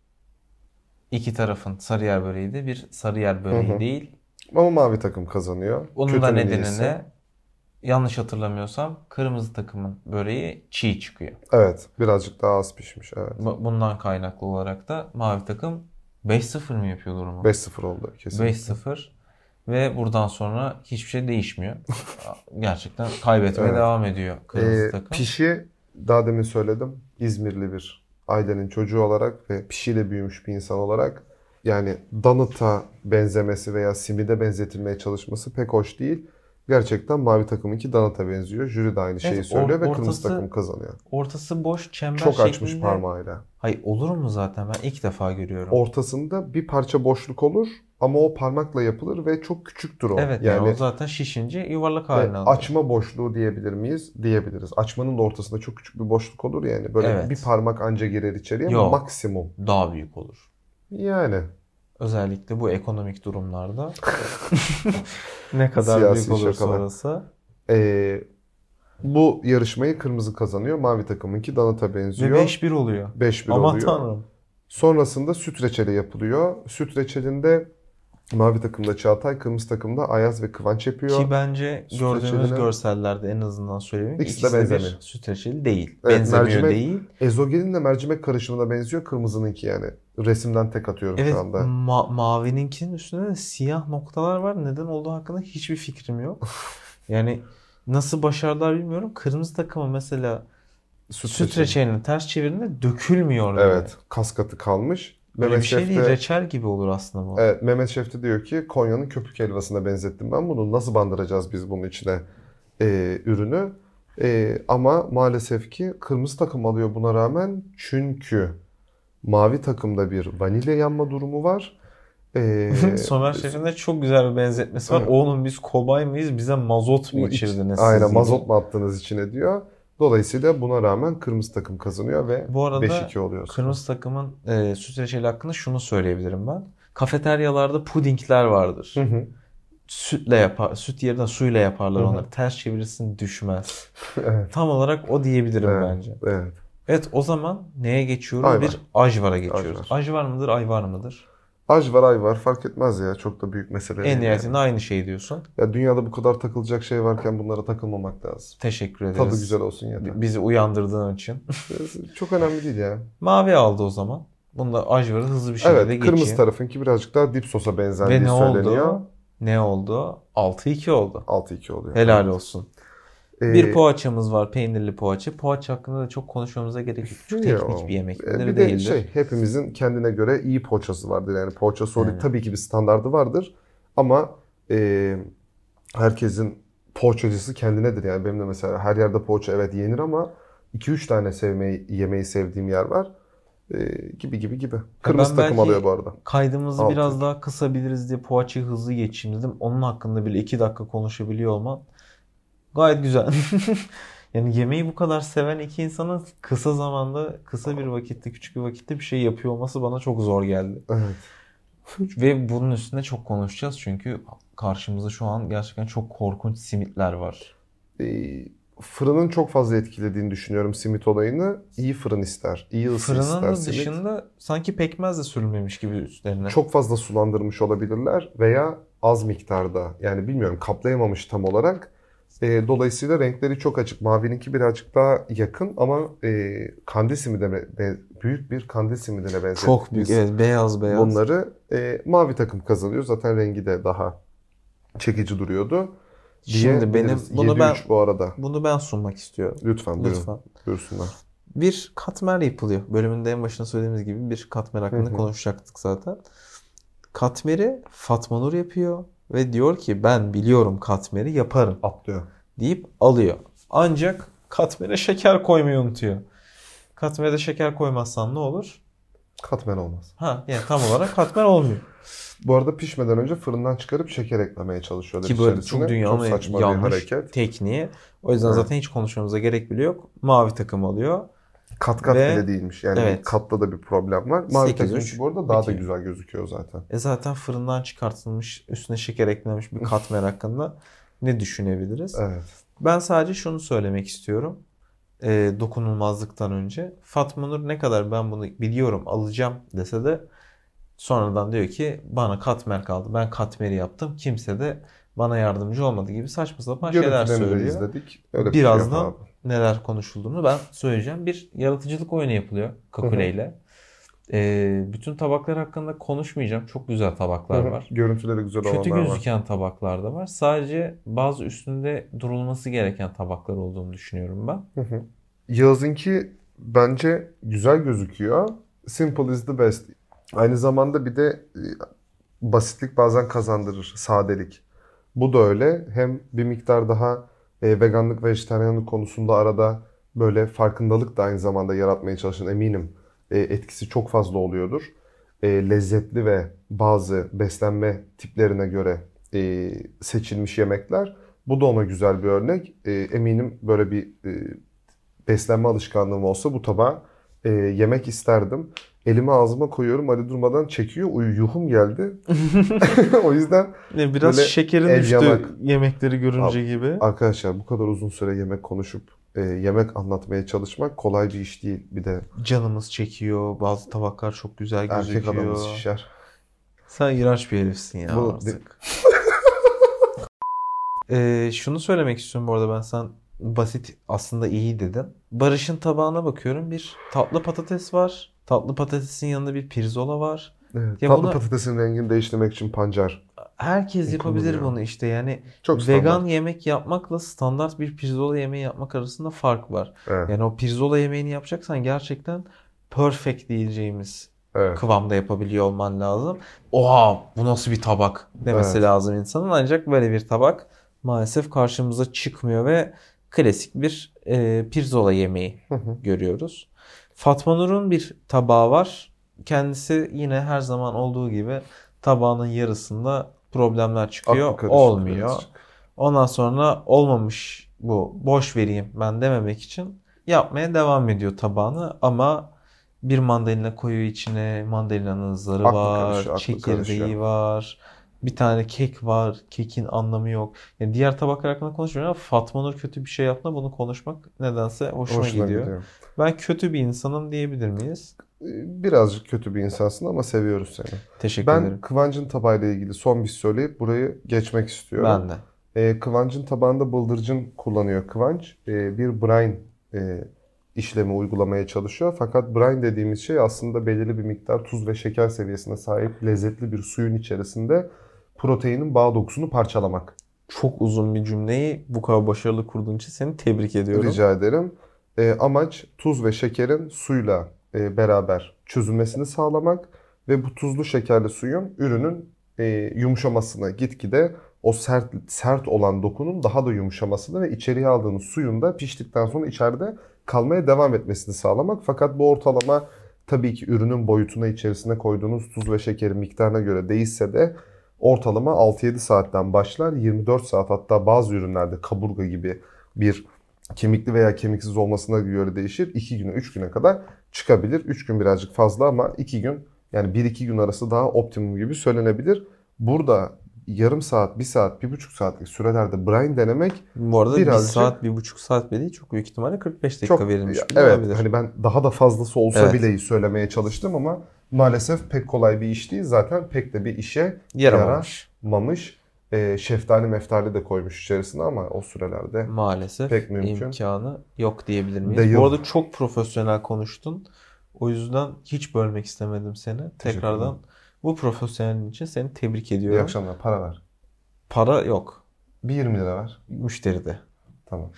iki tarafın Sarıyer böreği de bir Sarıyer böreği Hı hı. değil. Ama mavi takım kazanıyor. Onun da Kötünün nedeni iyisi. ne? Yanlış hatırlamıyorsam kırmızı takımın böreği çiğ çıkıyor. Evet. Birazcık daha az pişmiş. Evet. Bundan kaynaklı olarak da mavi takım 5-0 mı yapıyor durumu? 5-0 oldu kesinlikle. 5-0 ve buradan sonra hiçbir şey değişmiyor. Gerçekten kaybetmeye Evet. devam ediyor kırmızı takım. Pişi daha demin söyledim. İzmirli bir ailenin çocuğu olarak ve pişiyle büyümüş bir insan olarak yani Donut'a benzemesi veya simide benzetilmeye çalışması pek hoş değil. Gerçekten mavi takımınki Donut'a benziyor. Jüri de aynı şeyi Evet, söylüyor ve ortası- kırmızı takım kazanıyor. Ortası boş çember Çok şeklinde. açmış parmağıyla. Hayır, olur mu zaten? Ben ilk defa görüyorum. Ortasında bir parça boşluk olur ama o parmakla yapılır ve çok küçüktür o. Evet, yani o zaten şişince yuvarlak haline alıyor. Açma boşluğu diyebilir miyiz? Diyebiliriz. Açmanın da ortasında çok küçük bir boşluk olur yani. Böyle Evet. bir parmak anca girer içeriye Yok. maksimum. Daha büyük olur. Yani Özellikle bu ekonomik durumlarda ne kadar Siyasi büyük olursa şakalar. orası. bu yarışmayı kırmızı kazanıyor. Mavi takımınki Donut'a Ve benziyor. 5-1 oluyor. 5-1 Aman oluyor. tanrım. Sonrasında süt reçeli yapılıyor. Süt reçelinde mavi takımda Çağatay, kırmızı takımda Ayaz ve Kıvanç yapıyor. Ki bence Süt gördüğümüz reçeline- görsellerde en azından söyleyeyim. İkisi de benzemiyor. bir süt reçeli değil. Evet, Benzemiyor mercimek- değil. Ezogelinle mercimek karışımına benziyor. Kırmızınınki yani. Resimden tek atıyorum Evet, şu anda. mavininkinin üstünde de siyah noktalar var. Neden olduğu hakkında hiçbir fikrim yok. Yani nasıl başardılar bilmiyorum. Kırmızı takımı mesela süt reçelini ters çevirdiğinde dökülmüyor bile. Evet. Kas katı kalmış. Böyle Mehmet bir şey Şef değil. de- Reçel gibi olur aslında bu. Evet, Mehmet Şef de diyor ki Konya'nın köpük helvasına benzettim ben bunu. Nasıl bandıracağız biz bunun içine ürünü? Ama maalesef ki kırmızı takım alıyor buna rağmen. Çünkü mavi takımda bir vanilya yanma durumu var. Somer Şef'in de çok güzel bir benzetmesi var. Evet. Oğlum biz kobay mıyız? Bize mazot mu içirdiniz siz? Aynen, gibi. mazot mu attınız içine diyor. Dolayısıyla buna rağmen kırmızı takım kazanıyor ve Bu arada 5-2 oluyor. kırmızı takımın süt reçeli hakkında şunu söyleyebilirim ben. Kafeteryalarda pudingler vardır. Hı hı. Sütle yapar, süt yerine suyla yaparlar Hı hı. onları. Ters çevirirsin düşmez. Evet. Tam olarak o diyebilirim Evet. bence. Evet. Evet, o zaman neye geçiyoruz? Ayvar. Bir ajvara geçiyoruz. Ajvar. Ajvar mıdır, ayvar mıdır? Aj var ay var fark etmez ya. Çok da büyük mesele En değil nihayetinde yani. aynı şey diyorsun. Ya dünyada bu kadar takılacak şey varken bunlara takılmamak lazım. Teşekkür ederiz. Tadı güzel olsun yeter. Bizi uyandırdığın için. Çok önemli değil ya. Mavi aldı o zaman. Bunda ajvarı hızlı bir şekilde Evet, kırmızı geçeyim. tarafınki birazcık daha dip sosa benzerliği Ve ne söyleniyor. oldu? Ne oldu? 6-2 oldu. 6-2 oluyor. Helal olsun. Ee, Bir poğaçamız var, peynirli poğaça. Poğaça hakkında da çok konuşmamıza gerek yok. Çok Yok. teknik bir yemek. Bir de değildir. hepimizin kendine göre iyi poğaçası vardır. Yani poğaça usulü Aynen. tabii ki bir standardı vardır. Ama herkesin poğaçacısı kendinedir. Yani benim de mesela her yerde poğaça evet yenir ama 2-3 tane yemeği sevdiğim yer var. Gibi. Kırmızı takım belki alıyor bu arada. Kaydımızı 6-2. biraz daha kısabiliriz diye poğaçayı hızlı geçeyim dedim. Onun hakkında bile 2 dakika konuşabiliyor olmam gayet güzel. Yani yemeği bu kadar seven iki insanın kısa zamanda, kısa bir vakitte, küçük bir vakitte bir şey yapıyor olması bana çok zor geldi. Evet. Ve bunun üstüne çok konuşacağız çünkü karşımızda şu an gerçekten çok korkunç simitler var. Fırının çok fazla etkilediğini düşünüyorum simit olayını. İyi fırın ister. İyi ısı Fırının ister da simit. dışında sanki pekmez de sürülmemiş gibi üstlerine. Çok fazla sulandırmış olabilirler veya az miktarda. Yani bilmiyorum, kaplayamamış tam olarak. Dolayısıyla renkleri çok açık. Mavininki birazcık daha yakın ama kandil simidine büyük bir kandil simidine benzettik. Çok büyük. Evet, beyaz. Bunları mavi takım kazanıyor. Zaten rengi de daha çekici duruyordu. Şimdi benim 7-3 bu arada. bunu ben sunmak istiyorum. Lütfen buyurun. Buyursunlar. Bir katmer yapılıyor. Bölümün de en başında söylediğimiz gibi bir katmer hakkında konuşacaktık zaten. Katmeri Fatma Nur yapıyor ve diyor ki ben biliyorum katmeri yaparım Atlıyor. deyip alıyor. Ancak katmere şeker koymayı unutuyor. Katmere de şeker koymazsan ne olur? Katmer olmaz. Yani tam olarak katmer olmuyor. Bu arada pişmeden önce fırından çıkarıp şeker eklemeye çalışıyorlar Ki böyle içerisine. çok dünyanın saçma bir yanlış hareket. tekniği. O yüzden zaten hiç konuşmamıza gerek bile yok. Mavi takım alıyor. Kat Ve- bile değilmiş. Yani Evet. katta da bir problem var. Mavi 8-3 takım bu arada daha da bitiyor. güzel gözüküyor zaten. Zaten fırından çıkartılmış, üstüne şeker eklenmiş bir katmer hakkında ne düşünebiliriz? Evet. Ben sadece şunu söylemek istiyorum. Dokunulmazlıktan önce. Fatma Nur ne kadar ben bunu biliyorum alacağım dese de sonradan diyor ki bana katmer kaldı. Ben katmeri yaptım. Kimse de bana yardımcı olmadı gibi saçma sapan şeyler Görüntülerini de söylüyor. izledik. Öyle bir şey yok Birazdan abi. neler konuşulduğunu ben söyleyeceğim. Bir yaratıcılık oyunu yapılıyor Kakule ile. Bütün tabaklar hakkında konuşmayacağım. Çok güzel tabaklar var. Görüntüleri güzel Kötü olanlar var. gözüken tabaklar da var. Sadece bazı üstünde durulması gereken tabaklar olduğunu düşünüyorum ben. Yağız'ınki bence güzel gözüküyor. Simple is the best. Aynı zamanda bir de basitlik bazen kazandırır. Sadelik. Bu da öyle. Hem bir miktar daha veganlık, vejetaryenlik konusunda arada böyle farkındalık da aynı zamanda yaratmaya çalışan eminim etkisi çok fazla oluyordur. Lezzetli ve bazı beslenme tiplerine göre seçilmiş yemekler. Bu da ona güzel bir örnek. Eminim böyle bir beslenme alışkanlığım olsa bu tabağı yemek isterdim. Elimi ağzıma koyuyorum. Ali durmadan çekiyor. Yuhum geldi. O yüzden Biraz böyle şekerin el düştü yamak. yemekleri görünce gibi. Arkadaşlar bu kadar uzun süre yemek konuşup yemek anlatmaya çalışmak kolay bir iş değil. Bir de Canımız çekiyor. Bazı tabaklar çok güzel erkek gözüküyor. adamız şişer. Sen iğrenç bir herifsin ya Bu- artık. Şunu söylemek istiyorum bu arada, ben sen basit aslında iyi dedin. Barış'ın tabağına bakıyorum. Bir tatlı patates var. Tatlı patatesin yanında bir pirzola var. Evet, Ya tatlı bunu- patatesin rengini değiştirmek için pancar. Herkes yapabilir Kullanıyor. bunu işte. Yani Çok vegan standart. yemek yapmakla standart bir pirzola yemeği yapmak arasında fark var. Evet. Yani o pirzola yemeğini yapacaksan gerçekten perfect diyeceğimiz Evet. kıvamda yapabiliyor olman lazım. Oha, bu nasıl bir tabak demesi Evet. lazım insanın. Ancak böyle bir tabak maalesef karşımıza çıkmıyor ve klasik bir pirzola yemeği görüyoruz. Fatma Nur'un bir tabağı var. Kendisi yine her zaman olduğu gibi tabağının yarısında problemler çıkıyor. Aklı karışık Olmuyor. birazcık. Ondan sonra olmamış bu, boş vereyim ben dememek için yapmaya devam ediyor tabağını, ama bir mandalina koyuyor içine. Mandalina'nın zarı Aklı var, karışıyor, aklı çekirdeği karışıyor. var. Bir tane kek var. Kekin anlamı yok. Yani diğer tabaklar hakkında konuşmuyorum ama Fatma Nur kötü bir şey yaptığında bunu konuşmak nedense hoşuma gidiyor. Ben kötü bir insanım diyebilir miyiz? Birazcık kötü bir insansın ama seviyoruz seni. Teşekkür Ben ederim. Kıvancın tabağıyla ilgili son bir şey söyleyip burayı geçmek istiyorum. Ben de. Kıvancın tabağında bıldırcın kullanıyor Kıvanç. Bir brine işlemi uygulamaya çalışıyor. Fakat brine dediğimiz şey aslında belirli bir miktar tuz ve şeker seviyesine sahip lezzetli bir suyun içerisinde proteinin bağ dokusunu parçalamak. Çok uzun bir cümleyi bu kadar başarılı kurduğun için seni tebrik ediyorum. Rica ederim. Amaç tuz ve şekerin suyla beraber çözülmesini sağlamak ve bu tuzlu şekerli suyun ürünün yumuşamasını, gitgide o sert olan dokunun daha da yumuşamasını ve içeriye aldığınız suyun da piştikten sonra içeride kalmaya devam etmesini sağlamak. Fakat bu ortalama tabii ki ürünün boyutuna, içerisine koyduğunuz tuz ve şekerin miktarına göre değişse de ortalama 6-7 saatten başlar. 24 saat, hatta bazı ürünlerde kaburga gibi bir kemikli veya kemiksiz olmasına göre değişir. 2 güne 3 güne kadar çıkabilir. 3 gün birazcık fazla ama 2 gün, yani 1-2 gün arası daha optimum gibi söylenebilir. Burada yarım saat, 1 saat, 1,5 saatlik sürelerde brine denemek Bu arada birazcık- 1 saat, 1,5 saat bile değil. Çok büyük ihtimalle 45 dakika çok verilmiş bile evet, olabilir. hani ben daha da fazlası olsa Evet. bile söylemeye çalıştım ama maalesef pek kolay bir iş değil. Zaten pek de bir işe Yaramamış. yaramamış. şeftali meftali de koymuş içerisine ama o sürelerde Maalesef pek mümkün imkanı yok diyebilir miyiz? değil. Bu arada çok profesyonel konuştun. O yüzden hiç bölmek istemedim seni. Tekrardan bu profesyonelin için seni tebrik İyi ediyorum. akşamlar. Para ver. Para yok. Bir 20 lira ver. Müşteride. Tamam.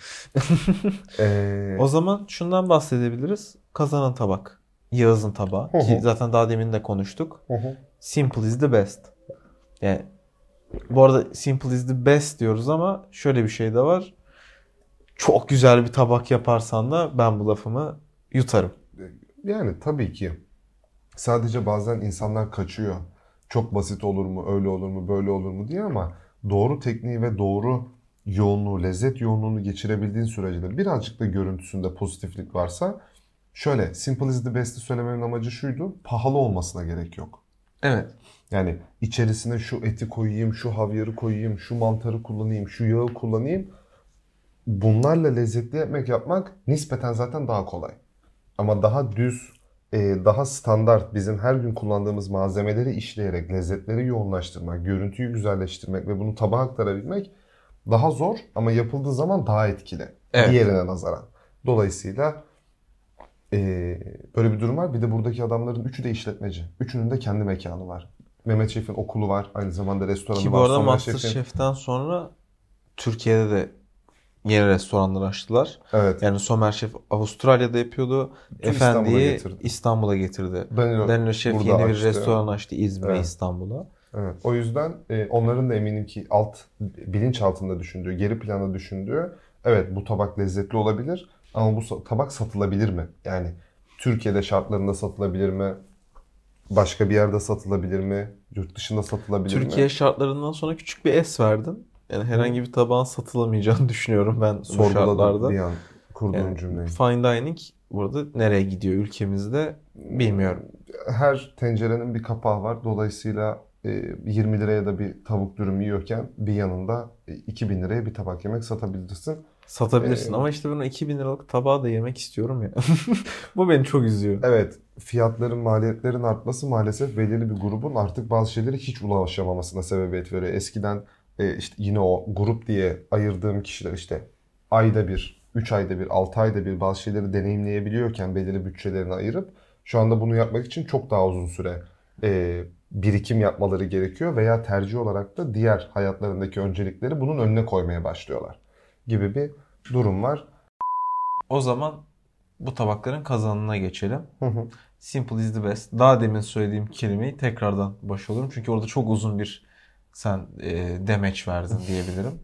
O zaman şundan bahsedebiliriz. Kazanan tabak. Yağız'ın tabağı. Ki zaten daha demin de konuştuk. Simple is the best. Yani bu arada simple is the best diyoruz ama şöyle bir şey de var. Çok güzel bir tabak yaparsan da ben bu lafımı yutarım. Yani tabii ki. Sadece bazen insanlar kaçıyor. Çok basit olur mu, öyle olur mu, böyle olur mu diye ama doğru tekniği ve doğru yoğunluğu, lezzet yoğunluğunu geçirebildiğin sürece de birazcık da görüntüsünde pozitiflik varsa şöyle, simple is the best'i söylememin amacı şuydu, pahalı olmasına gerek yok. Evet. Yani içerisine şu eti koyayım, şu havyarı koyayım, şu mantarı kullanayım, şu yağı kullanayım. Bunlarla lezzetli yemek yapmak nispeten zaten daha kolay. Ama daha düz, daha standart bizim her gün kullandığımız malzemeleri işleyerek lezzetleri yoğunlaştırmak, görüntüyü güzelleştirmek ve bunu tabağa aktarabilmek daha zor ama yapıldığı zaman daha etkili. Evet. Diğerine nazaran. Dolayısıyla böyle bir durum var. Bir de buradaki adamların üçü de işletmeci. Üçünün de kendi mekanı var. Mehmet Şef'in okulu var. Aynı zamanda restoranı var. Ki bu arada Somer MasterChef'ten sonra Türkiye'de de yeni restoranlar açtılar. Evet. Yani Somer Şef Avustralya'da yapıyordu. Efendi'yi İstanbul'a getirdi. Danilo Şef yeni bir restoran açtı İzmir'e, evet. İstanbul'a. Evet. O yüzden onların da eminim ki bilinç altında düşündüğü, geri planda düşündüğü, evet bu tabak lezzetli olabilir ama bu tabak satılabilir mi? Yani Türkiye'de şartlarında satılabilir mi? Başka bir yerde satılabilir mi? Yurt dışında satılabilir mi? Türkiye şartlarından sonra küçük bir es verdin. Yani herhangi bir tabağın satılamayacağını düşünüyorum ben bu şartlarda. Bir an kurduğum cümleyi. Fine dining burada nereye gidiyor ülkemizde bilmiyorum. Her tencerenin bir kapağı var. Dolayısıyla 20 liraya da bir tavuk dürüm yiyorken bir yanında 2000 liraya bir tabak yemek satabilirsin. Satabilirsin ama işte ben o 2000 liralık tabağı da yemek istiyorum ya. Bu beni çok üzüyor. Evet, fiyatların, maliyetlerin artması maalesef belirli bir grubun artık bazı şeyleri hiç ulaşamamasına sebebiyet veriyor. Eskiden işte yine o grup diye ayırdığım kişiler işte ayda bir, 3 ayda bir, 6 ayda bir bazı şeyleri deneyimleyebiliyorken belirli bütçelerini ayırıp şu anda bunu yapmak için çok daha uzun süre birikim yapmaları gerekiyor veya tercih olarak da diğer hayatlarındaki öncelikleri bunun önüne koymaya başlıyorlar gibi bir durum var. O zaman bu tabakların kazanına geçelim. Simple is the best. Daha demin söylediğim kelimeyi tekrardan başlıyorum. Çünkü orada çok uzun bir demeç verdin diyebilirim.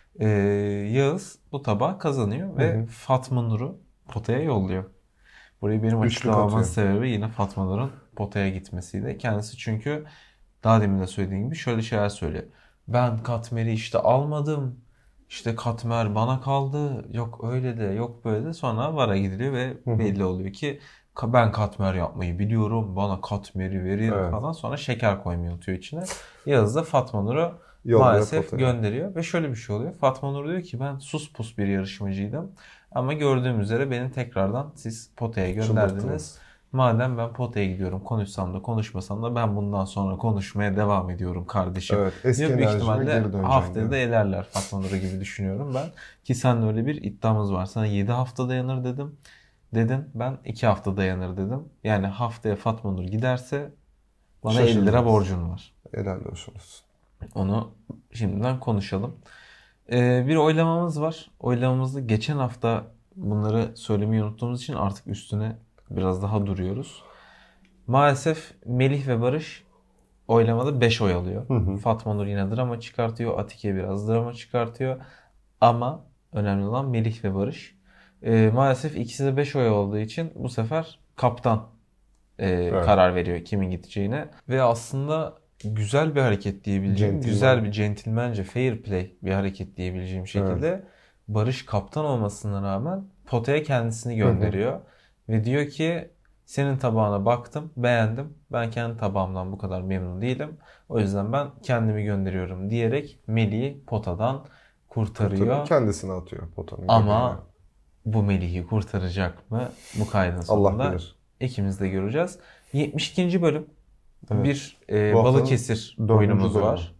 Yağız bu tabağı kazanıyor ve Fatma Nur'u potaya yolluyor. Burayı benim açıklamamın sebebi yine Fatma Nur'un potaya gitmesiydi. Kendisi çünkü daha demin de söylediğim gibi şöyle şeyler söylüyor. Ben katmeri işte almadım. İşte katmer bana kaldı. Yok öyle de yok böyle de. Sonra VAR'a gidiliyor ve belli oluyor ki ben katmer yapmayı biliyorum. Bana katmeri verin falan. Sonra şeker koymayı unutuyor içine. Yağız da Fatma Nur'u maalesef gönderiyor. Ve şöyle bir şey oluyor. Fatma Nur diyor ki ben sus pus bir yarışmacıydım. Ama gördüğüm üzere beni tekrardan siz potaya gönderdiniz. Madem ben potaya gidiyorum, konuşsam da konuşmasam da ben bundan sonra konuşmaya devam ediyorum kardeşim. Evet, eski büyük ihtimalle haftaya da elerler Fatma Nur'u gibi düşünüyorum ben. Ki seninle öyle bir iddiamız var. Sana 7 hafta dayanır dedim. Dedin ben 2 hafta dayanır dedim. Yani haftaya Fatma Nur giderse bana 50 lira borcun var. Helal olsun. Onu şimdiden konuşalım. Bir oylamamız var. Oylamamızda geçen hafta bunları söylemeyi unuttuğumuz için artık üstüne biraz daha duruyoruz. Maalesef Melih ve Barış oylamada 5 oy alıyor. Fatma Nur yine drama çıkartıyor. Atike biraz drama çıkartıyor. Ama önemli olan Melih ve Barış. Maalesef ikisi de 5 oy olduğu için bu sefer kaptan karar veriyor kimin gideceğine. Ve aslında güzel bir hareket diyebileceğim, güzel bir centilmence, fair play bir hareket diyebileceğim şekilde Barış kaptan olmasına rağmen potaya kendisini gönderiyor. Ve diyor ki senin tabağına baktım, beğendim. Ben kendi tabağımdan bu kadar memnun değilim. O yüzden ben kendimi gönderiyorum diyerek Melih'i potadan kurtarıyor. Kendisini atıyor potanın. Ama bu Melih'i kurtaracak mı? Bu kaydın sonunda ikimiz de göreceğiz. 72. bölüm. Bir Balıkesir oyunumuz var.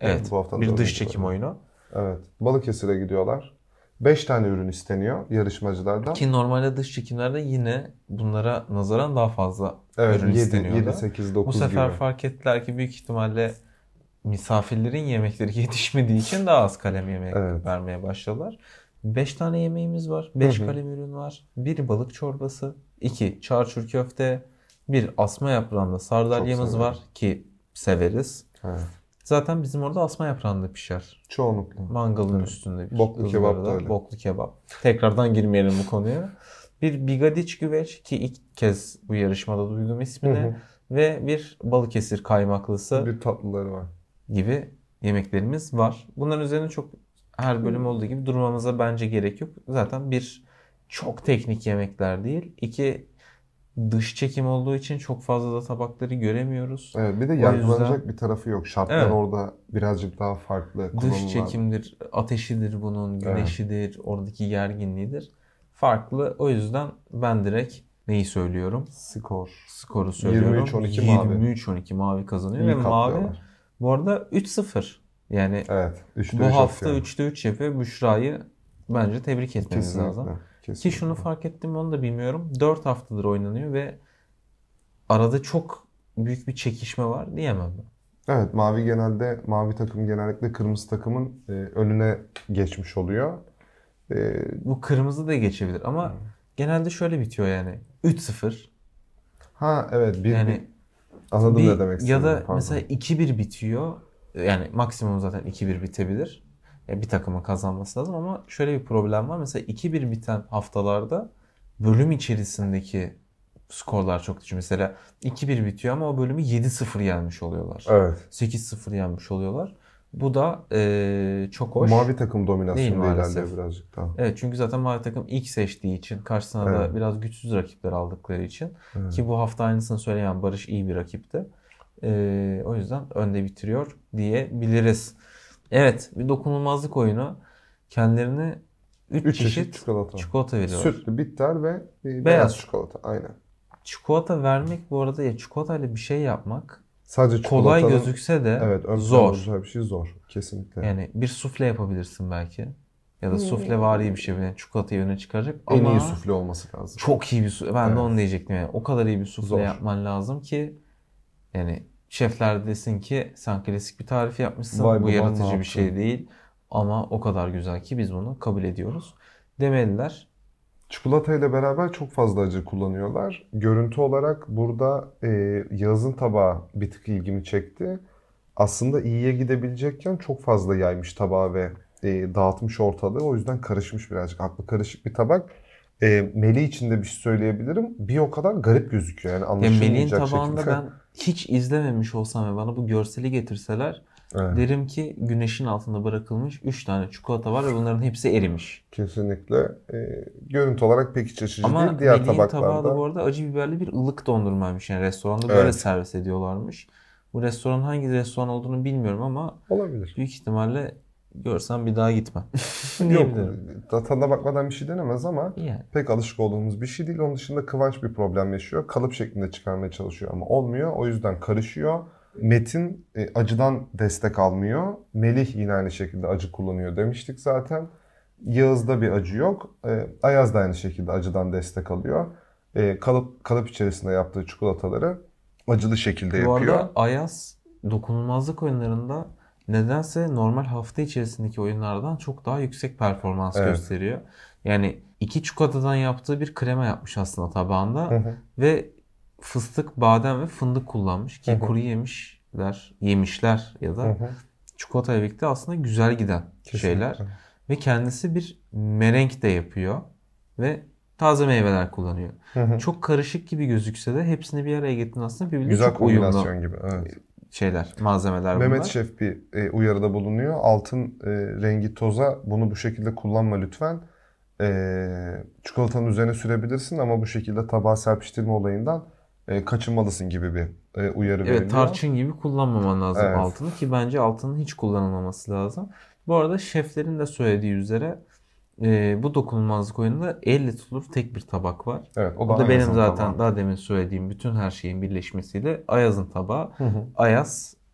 Evet. Bu haftanın Bir dış dördüncü çekim bölümü. oyunu. Evet. Balıkesir'e gidiyorlar. 5 tane ürün isteniyor yarışmacılardan. Ki normalde dış çekimlerde yine bunlara nazaran daha fazla Evet, ürün 7, isteniyordu. 8, 9 Bu sefer gibi. fark ettiler ki büyük ihtimalle misafirlerin yemekleri yetişmediği için daha az kalem yemek Evet. vermeye başladılar. 5 tane yemeğimiz var. 5 kalem ürün var. 1 balık çorbası. 2 çarçur köfte. 1 asma yaprağında sardalyamız Çok var severim. ki severiz. Evet. Zaten bizim orada asma yaprağında pişer. Çoğunlukla. Mangalın üstünde bir Boklu kebap da ızgarada. öyle. Boklu kebap. Tekrardan girmeyelim bu konuya. Bir bigadiç güveç ki ilk kez bu yarışmada duydum ismini. Ve bir Balıkesir kaymaklısı Bir tatlıları var. gibi yemeklerimiz var. Bunların üzerine çok her bölüm olduğu gibi durmamıza bence gerek yok. Zaten bir çok teknik yemekler değil. 2 dış çekim olduğu için çok fazla da tabakları göremiyoruz. Evet, bir de O yargılanacak yüzden bir tarafı yok. Şartlar Evet. orada birazcık daha farklı dış kullanımlar. çekimdir, ateşidir bunun, güneşidir, oradaki gerginliğidir. Farklı. O yüzden ben direkt neyi söylüyorum? Skor. Skoru söylüyorum. 23-12 mavi. 23-12 mavi kazanıyor. İyi Ve mavi kaplıyorlar. bu arada 3-0. Yani Evet. 3'te bu 3 hafta atıyor. 3'te 3 yapıyor. Büşra'yı bence tebrik etmemiz Kesinlikle. lazım. Ki Kesinlikle. şunu fark ettim onu da bilmiyorum. 4 haftadır oynanıyor ve arada çok büyük bir çekişme var diyemem ben. Evet, mavi takım genellikle kırmızı takımın önüne geçmiş oluyor. Bu kırmızı da geçebilir ama genelde şöyle bitiyor yani. 3-0. Ha evet, Yani anladım ne demek ya istediğini. da Pardon. mesela 2-1 bitiyor. Yani maksimum zaten 2-1 bitebilir. Yani bir takımın kazanması lazım ama şöyle bir problem var. Mesela 2-1 biten haftalarda bölüm içerisindeki skorlar çok düşük. Mesela 2-1 bitiyor ama o bölümü 7-0 yenmiş oluyorlar. Evet. 8-0 yenmiş oluyorlar. Bu da çok hoş. Mavi takım Değil dominasyonda maalesef. ilerliyor birazcık daha. Evet, çünkü zaten mavi takım ilk seçtiği için karşısına da biraz güçsüz rakipler aldıkları için ki bu hafta aynısını söyleyen Barış iyi bir rakipti. O yüzden önde bitiriyor diyebiliriz. Evet, bir dokunulmazlık oyunu. Kendilerine 3 çeşit çikolata veriyorlar. Sütlü, bitter ve Beyaz. beyaz çikolata. Aynen. Çikolata vermek bu arada ya çikolatayla bir şey yapmak Sadece kolay çikolatanın gözükse de evet, ön zor. planda bir şey zor. Kesinlikle. Yani bir sufle yapabilirsin belki. Ya da suflevari bir şey. Yani çikolatayı öne çıkaracak. En ama iyi sufle olması lazım. çok iyi bir sufle. Ben de onu diyecektim yani. O kadar iyi bir sufle Zor. yapman lazım ki yani şefler desin ki sen klasik bir tarif yapmışsın. Vay Bu babam, ne yaratıcı bir yaptın? şey değil. Ama o kadar güzel ki biz bunu kabul ediyoruz. Demeliler. Çikolata ile beraber çok fazla acı kullanıyorlar. Görüntü olarak burada Yağız'ın tabağı bir tık ilgimi çekti. Aslında iyiye gidebilecekken çok fazla yaymış tabağı ve dağıtmış ortalığı. O yüzden karışmış birazcık. Aklı karışık bir tabak. Melih için de bir şey söyleyebilirim. Bir o kadar garip gözüküyor. Yani Ya Melih'in anlaşılmayacak tabağında şekilde. ben hiç izlememiş olsam ve bana bu görseli getirseler Evet. derim ki güneşin altında bırakılmış 3 tane çikolata var ve bunların hepsi erimiş. Kesinlikle. Görüntü olarak pek iç açıcı Ama değil. Diğer Melih'in tabağı da tabaklarda. bu arada acı biberli bir ılık dondurmaymış. Yani restoranda böyle Evet. servis ediyorlarmış. Bu restoran hangi restoran olduğunu bilmiyorum ama Olabilir. büyük ihtimalle görsem bir daha gitmem. Yok. Diyebilirim. Tadına bakmadan bir şey denemez ama Yani. pek alışık olduğumuz bir şey değil. Onun dışında Kıvanç bir problem yaşıyor. Kalıp şeklinde çıkarmaya çalışıyor ama olmuyor. O yüzden karışıyor. Metin acıdan destek almıyor. Melih yine aynı şekilde acı kullanıyor demiştik zaten. Yağız'da bir acı yok. Ayaz da aynı şekilde acıdan destek alıyor. Kalıp içerisinde yaptığı çikolataları acılı şekilde Bu yapıyor. arada Ayaz dokunulmazlık oyunlarında nedense normal hafta içerisindeki oyunlardan çok daha yüksek performans Evet. gösteriyor. Yani 2 çikolatadan yaptığı bir krema yapmış aslında tabağında ve fıstık, badem ve fındık kullanmış ki kuru yemişler ya da çikolatayla birlikte aslında güzel giden şeyler. Ve kendisi bir merenk de yapıyor ve taze meyveler kullanıyor. Çok karışık gibi gözükse de hepsini bir araya getiren aslında birbiriyle Güzel çok uyumlu kombinasyon gibi. Evet. malzemeler Mehmet bunlar. Şef bir uyarıda bulunuyor. Altın rengi toza, bunu bu şekilde kullanma lütfen. Çikolatanın üzerine sürebilirsin ama bu şekilde tabağa serpiştirme olayından kaçınmalısın gibi bir uyarı veriliyor. Evet, tarçın gibi kullanmaman lazım Evet. altını ki bence altının hiç kullanılmaması lazım. Bu arada şeflerin de söylediği üzere bu dokunulmazlık oyununda elle tutulur tek bir tabak var. Evet, O da benim Ayaz'ın zaten tabağı. daha demin söylediğim bütün her şeyin birleşmesiyle Ayaz'ın tabağı. Ayaz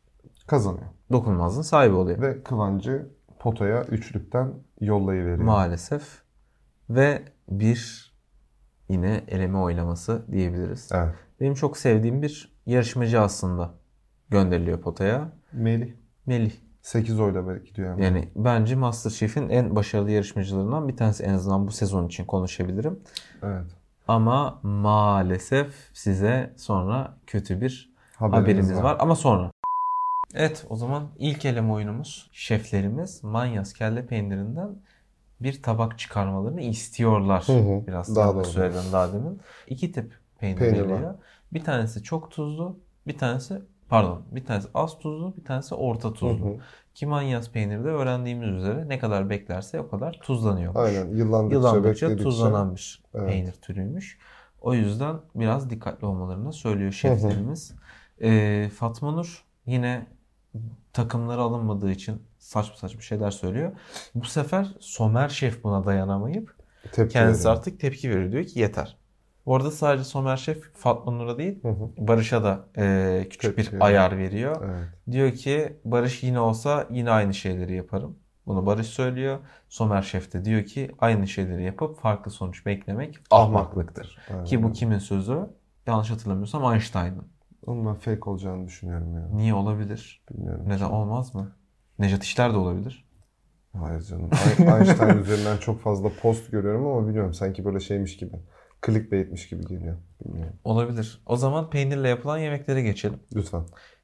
Kazanıyor. Dokunulmazlığın sahibi oluyor. Ve Kıvancı potaya üçlükten yollayıveriyor. Maalesef. Ve bir yine eleme oylaması diyebiliriz. Evet. Benim çok sevdiğim bir yarışmacı aslında gönderiliyor potaya. Melih. 8 oyla gidiyor. Yani bence MasterChef'in en başarılı yarışmacılarından bir tanesi, en azından bu sezon için konuşabilirim. Evet. Ama maalesef size sonra kötü bir haberimiz var. Ama sonra. Evet, o zaman ilk eleme oyunumuz. Şeflerimiz Manyas kelle peynirinden bir tabak çıkarmalarını istiyorlar. Biraz daha yanlış söyledim daha demin. 2 tip peynir geliyor. var. Bir tanesi çok tuzlu, bir tanesi az tuzlu, bir tanesi orta tuzlu. Ki Manyas peyniri de öğrendiğimiz üzere ne kadar beklerse o kadar tuzlanıyormuş. Aynen. Yıllandıkça tuzlanan bir peynir türüymüş. O yüzden biraz dikkatli olmalarını söylüyor şeflerimiz. Fatma Nur yine takımları alınmadığı için saçma şeyler söylüyor. Bu sefer Somer Şef buna dayanamayıp kendisi artık tepki veriyor. Diyor ki yeter. Orada sadece Somer Şef Fatma Nur'a değil Barış'a da küçük bir ayar veriyor. Evet. Diyor ki Barış yine olsa yine aynı şeyleri yaparım. Bunu Barış söylüyor. Somer Şef de diyor ki aynı şeyleri yapıp farklı sonuç beklemek ahmaklıktır. Evet. Ki bu kimin sözü? Yanlış hatırlamıyorsam Einstein'ın. Onun ben fake olacağını düşünüyorum ya. Niye olabilir? Bilmiyorum. Neden olmaz mı? Nejat İşler de olabilir. Hayır canım. Einstein üzerinden çok fazla post görüyorum ama biliyorum sanki böyle şeymiş gibi. Clickbait'miş gibi geliyor. Bilmiyorum. Olabilir. O zaman peynirle yapılan yemeklere geçelim. Lütfen.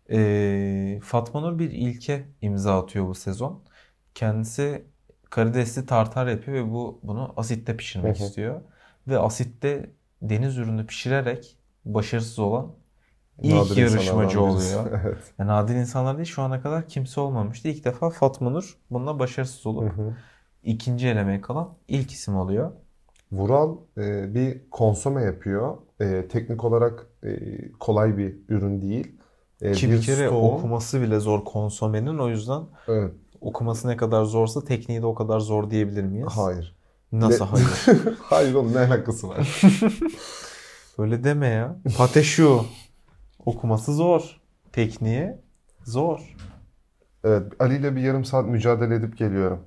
Fatma Nur bir ilke imza atıyor bu sezon. Kendisi karidesli tartar yapıyor ve bunu asitte pişirmek istiyor. Ve asitte deniz ürünü pişirerek başarısız olan İlk nadir yarışmacı oluyor. Evet. Yani nadir insanlar değil, şu ana kadar kimse olmamıştı. İlk defa Fatma Nur bununla başarısız olup ikinci elemeye kalan ilk isim oluyor. Vural bir konsome yapıyor. Teknik olarak kolay bir ürün değil. Ki bir kere okuması bile zor konsomenin, o yüzden evet. okuması ne kadar zorsa tekniği de o kadar zor diyebilir miyiz? Hayır. Nasıl hayır? Hayır oğlum, ne alakası var? Öyle deme ya. Pate şu. Okuması zor. Tekniği zor. Evet, Ali ile bir yarım saat mücadele edip geliyorum.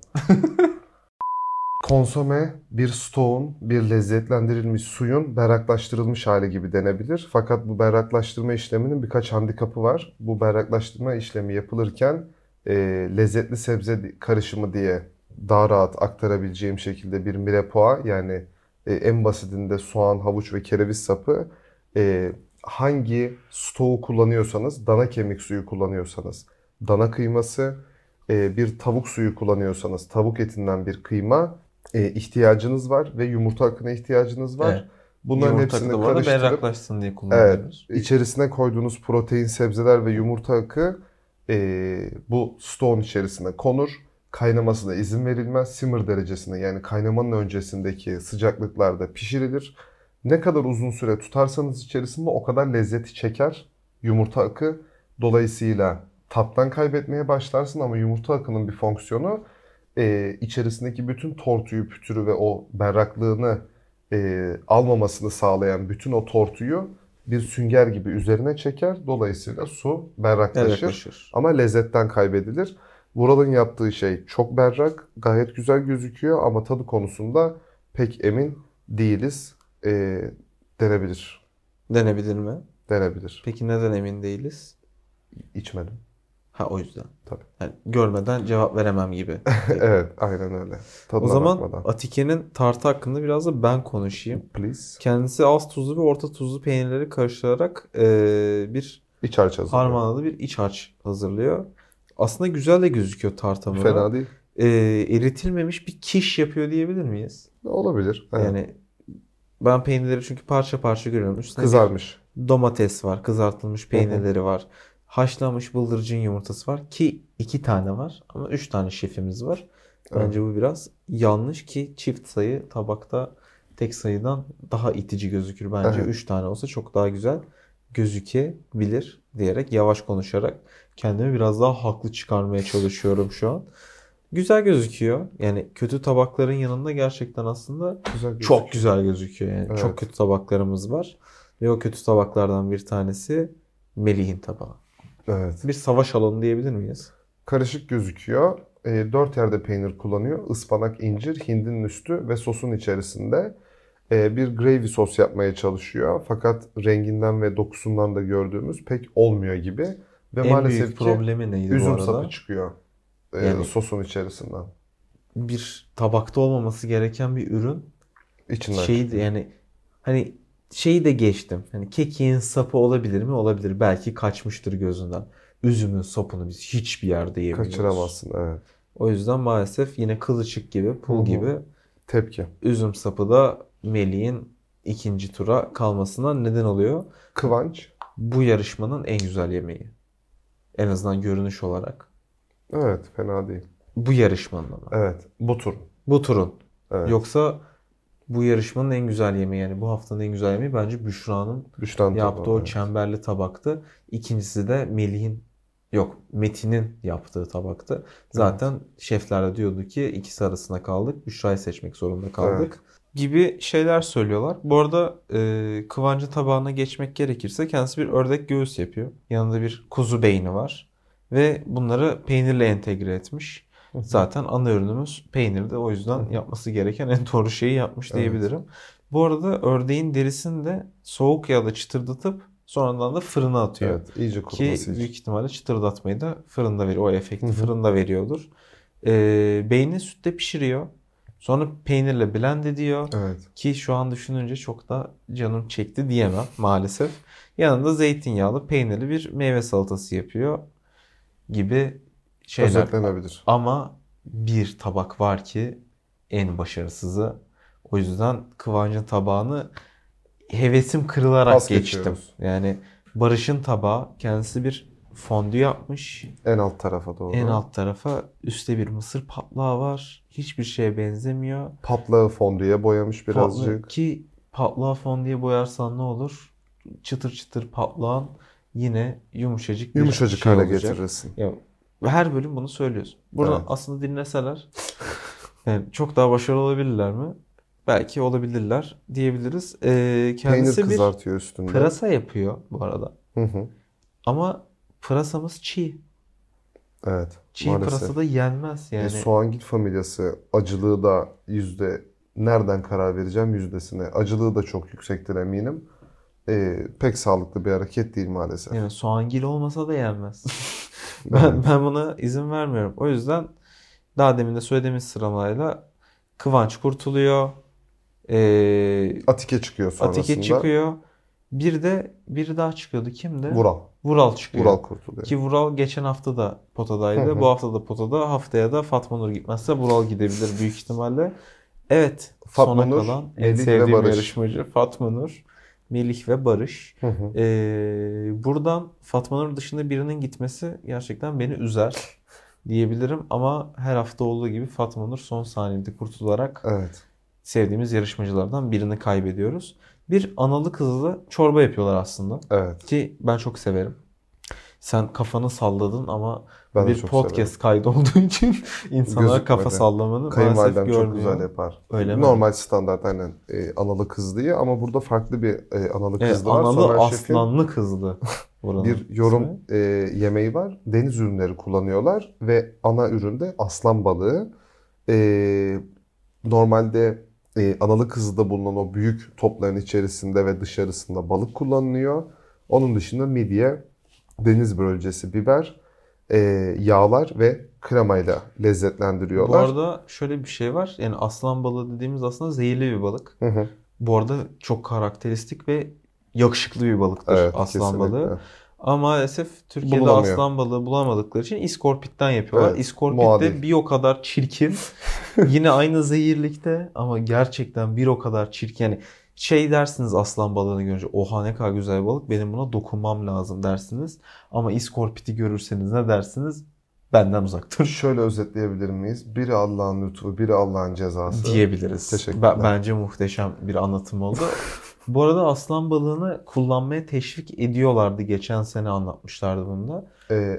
Konsome bir stoğun, bir lezzetlendirilmiş suyun berraklaştırılmış hali gibi denebilir. Fakat bu berraklaştırma işleminin birkaç handikapı var. Bu berraklaştırma işlemi yapılırken lezzetli sebze karışımı diye daha rahat aktarabileceğim şekilde bir mirepoix, yani en basitinde soğan, havuç ve kereviz sapı, hangi stoğu kullanıyorsanız, dana kemik suyu kullanıyorsanız dana kıyması, bir tavuk suyu kullanıyorsanız tavuk etinden bir kıyma ihtiyacınız var ve yumurta akına ihtiyacınız var. Evet. Bunların Yumurta hepsini akı da karıştırıp berraklaşsın diye kullanıyoruz. evet, içerisine koyduğunuz protein, sebzeler ve yumurta akı bu stoğun içerisine konur. Kaynamasına izin verilmez. Simmer derecesinde, yani kaynamanın öncesindeki sıcaklıklarda pişirilir. Ne kadar uzun süre tutarsanız içerisinde o kadar lezzeti çeker yumurta akı. Dolayısıyla tattan kaybetmeye başlarsın ama yumurta akının bir fonksiyonu içerisindeki bütün tortuyu, pütürü ve o berraklığını almamasını sağlayan bütün o tortuyu bir sünger gibi üzerine çeker. Dolayısıyla su berraklaşır ama lezzetten kaybedilir. Vural'ın yaptığı şey çok berrak, gayet güzel gözüküyor ama tadı konusunda pek emin değiliz. Denebilir. Denebilir mi? Denebilir. Peki neden emin değiliz? İçmedim. Ha, o yüzden. Tabii. Yani görmeden cevap veremem gibi. Evet, aynen öyle. Tadına o zaman bakmadan. Atike'nin tartı hakkında biraz da ben konuşayım. Please. Kendisi az tuzlu ve orta tuzlu peynirleri karıştırarak bir İç harç hazırlıyor. harmanlı bir iç harç hazırlıyor. Aslında güzel de gözüküyor tart hamuru. Fena değil. Eritilmemiş bir kiş yapıyor diyebilir miyiz? Olabilir. Evet. Yani ben peynirleri çünkü parça parça görüyorum. Üstüne Kızarmış. domates var, kızartılmış peynirleri var. Haşlanmış bıldırcın yumurtası var ki 2 tane var ama 3 tane şefimiz var. Bence bu biraz yanlış ki çift sayı tabakta tek sayıdan daha itici gözükür. Bence 3 tane olsa çok daha güzel gözükebilir diyerek, yavaş konuşarak kendimi biraz daha haklı çıkarmaya çalışıyorum şu an. Güzel gözüküyor. Yani kötü tabakların yanında gerçekten aslında çok güzel gözüküyor. Yani çok kötü tabaklarımız var. Ve o kötü tabaklardan bir tanesi Melih'in tabağı. Evet. Bir savaş alanı diyebilir miyiz? Karışık gözüküyor. 4 yerde peynir kullanıyor. Ispanak, incir, hindinin üstü ve sosun içerisinde bir gravy sos yapmaya çalışıyor. Fakat renginden ve dokusundan da gördüğümüz pek olmuyor gibi. Ve En maalesef büyük ki problemi neydi bu üzüm arada? sapı çıkıyor Yani- sosun içerisinden. Bir tabakta olmaması gereken bir ürün. İçinden Şeydi çıkıyor. yani hani şeyi de geçtim. Hani kekiğin sapı olabilir mi? Olabilir. Belki kaçmıştır gözünden. Üzümün sapını biz hiçbir yerde yemiyoruz. Kaçıramazsın, evet. O yüzden maalesef yine kılçık gibi, pul Hı hı. gibi Tepki. üzüm sapı da Melih'in ikinci tura kalmasına neden oluyor. Kıvanç. Bu yarışmanın en güzel yemeği. En azından görünüş olarak. Evet, fena değil. Bu yarışmanın ama. Evet, bu tur. Bu turun. Evet. Yoksa bu yarışmanın en güzel yemeği, yani bu haftanın en güzel yemeği bence Büşra'nın Büşra'nın yaptığı tabağı, o evet. çemberli tabaktı. İkincisi de Metin'in yaptığı tabaktı. Zaten şefler de diyordu ki ikisi arasında kaldık. Büşra'yı seçmek zorunda kaldık. Gibi şeyler söylüyorlar. Bu arada Kıvancı tabağına geçmek gerekirse kendisi bir ördek göğüs yapıyor. Yanında bir kuzu beyni var. Ve bunları peynirle entegre etmiş. Zaten ana ürünümüz peynirdi. O yüzden yapması gereken en doğru şeyi yapmış diyebilirim. Bu arada ördeğin derisini de soğuk yağda çıtırdatıp sonradan da fırına atıyor. Evet, iyice Ki kuruması için. büyük ihtimalle çıtırdatmayı da fırında veriyor. O efekti fırında veriyordur. Beyni sütte pişiriyor. Sonra peynirle blend ediyor. Evet. Ki şu an düşününce çok da canım çekti diyemem maalesef. Yanında zeytinyağlı peynirli bir meyve salatası yapıyor gibi şeyler. Özetlenebilir. Ama bir tabak var ki en başarısızı. O yüzden Kıvancın tabağını hevesim kırılarak Pas geçtim. geçiyoruz. Yani Barış'ın tabağı, kendisi bir fondü yapmış. En alt tarafa doğru. En alt tarafa üstte bir mısır patlağı var. Hiçbir şeye benzemiyor. Patlağı fondüye boyamış birazcık. Ki patlağı fondüye boyarsan ne olur? Çıtır çıtır patlağın yine yumuşacık bir Yumuşacık şey hale olacak. getirirsin. Ya, her bölüm bunu söylüyoruz. Buradan Evet. aslında dinleseler yani çok daha başarılı olabilirler mi? Belki olabilirler diyebiliriz. Peynir Kendisi bir kızartıyor üstünde. pırasa yapıyor bu arada. Hı hı. Ama pırasamız çiğ. Evet. Çiğ maalesef. pırasa da yenmez yani. Soğangil familyası acılığı da nereden karar vereceğim yüzdesine. Acılığı da çok yüksektir eminim. Pek sağlıklı bir hareket değil maalesef. Yani soğangil olmasa da yenmez. Ben buna izin vermiyorum. O yüzden daha demin de söylediğimiz sıralamayla Kıvanç kurtuluyor. Atike çıkıyor sonrasında. Atike çıkıyor. Biri daha çıkıyordu. Kimdi? Vural. Vural çıkıyor. Vural kurtuluyor. Ki Vural geçen hafta da potadaydı. Hı hı. Bu hafta da potada. Haftaya da Fatma Nur gitmezse Vural gidebilir büyük ihtimalle. Evet. Fatma sona Nur, kalan en Melih ve sevdiğim Barış. yarışmacı Fatma Nur, Melih ve Barış. Hı hı. Buradan Fatma Nur dışında birinin gitmesi gerçekten beni üzer diyebilirim. Ama her hafta olduğu gibi Fatma Nur son saniyede kurtularak Evet. sevdiğimiz yarışmacılardan birini kaybediyoruz. Bir analı kızlı çorba yapıyorlar aslında. Evet. Ki ben çok severim. Sen kafanı salladın ama Ben de bir çok podcast kaydı olduğu için insanlara Gözükmedi. kafa sallamanı maalesef Kayınvalidem çok görmüyor. güzel yapar. Öyle mi? Normal standart aynen analı kızlıyı ama burada farklı bir analı kızlı var. Analı Somer Şef'in aslanlı kızlı. buranın bir yorum ismi. yemeği var. Deniz ürünleri kullanıyorlar ve ana üründe aslan balığı. Normalde analı kızıda bulunan o büyük topların içerisinde ve dışarısında balık kullanılıyor. Onun dışında midye, deniz börülcesi, biber, yağlar ve kremayla Bu lezzetlendiriyorlar. arada şöyle bir şey var. Yani aslan balığı dediğimiz aslında zehirli bir balık. Hı hı. Bu arada çok karakteristik ve yakışıklı bir balıktır Evet, aslan kesinlikle. balığı. Ama maalesef Türkiye'de Bulunamıyor. aslan balığı bulamadıkları için iskorpitten yapıyorlar. Evet, İskorpit muadil. de bir o kadar çirkin. Yine aynı zehirlikte ama gerçekten bir o kadar çirkin. Yani şey dersiniz aslan balığını görünce, oha ne kadar güzel bir balık, benim buna dokunmam lazım dersiniz. Ama iskorpiti görürseniz ne dersiniz? Benden uzak dur Şöyle özetleyebilir miyiz? Biri Allah'ın lütfu, biri Allah'ın cezası. diyebiliriz. Teşekkürler. Bence muhteşem bir anlatım oldu. Bu arada aslan balığını kullanmaya teşvik ediyorlardı. Geçen sene anlatmışlardı bunu da.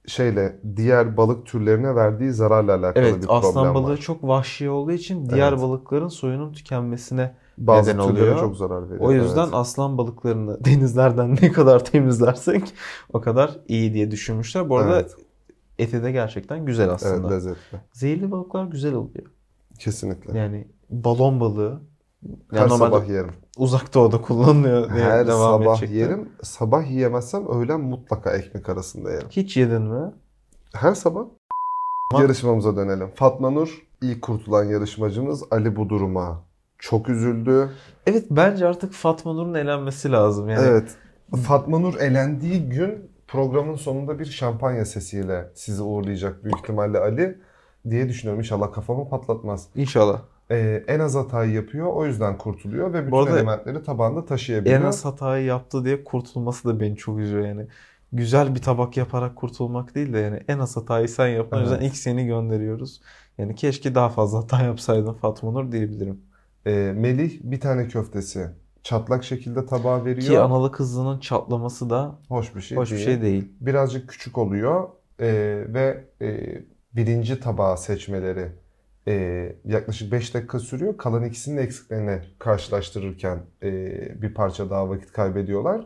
diğer balık türlerine verdiği zararla alakalı bir Evet, problem aslan balığı var. çok vahşi olduğu için diğer Evet. balıkların soyunun tükenmesine Bazı neden türlere oluyor. çok zarar veriyor. O yüzden Evet. aslan balıklarını denizlerden ne kadar temizlersek o kadar iyi diye düşünmüşler. Bu arada Evet. eti de gerçekten güzel Evet, aslında. lezzetli. Zehirli balıklar güzel oluyor. Kesinlikle. Yani balon balığı Her yani normalde sabah yerim. uzak doğuda kullanılıyor diye Her devam sabah edecektim. yerim. Sabah yiyemezsem öğlen mutlaka ekmek arasında yerim. Hiç yedin mi? Her sabah. Yarışmamıza dönelim. Fatma Nur ilk kurtulan yarışmacımız. Ali bu duruma çok üzüldü. Evet, bence artık Fatma Nur'un elenmesi lazım. Yani Evet. Fatma Nur elendiği gün programın sonunda bir şampanya sesiyle sizi uğurlayacak büyük ihtimalle Ali diye düşünüyorum. İnşallah kafamı patlatmaz. İnşallah. En az hatayı yapıyor. O yüzden kurtuluyor ve Bu bütün arada elementleri tabağında taşıyabiliyor. en az hatayı yaptı diye kurtulması da beni çok üzüyor yani. Güzel bir tabak yaparak kurtulmak değil de yani en az hatayı sen yaptın. O yüzden Evet. ilk seni gönderiyoruz. Yani keşke daha fazla hata yapsaydın Fatma Nur diyebilirim. Melih bir tane köftesi çatlak şekilde tabağa veriyor. Ki analı kızlının çatlaması da Hoş bir şey hoş bir değil. şey değil. Birazcık küçük oluyor ve birinci tabağı seçmeleri yaklaşık 5 dakika sürüyor. Kalan ikisinin eksiklerini karşılaştırırken bir parça daha vakit kaybediyorlar.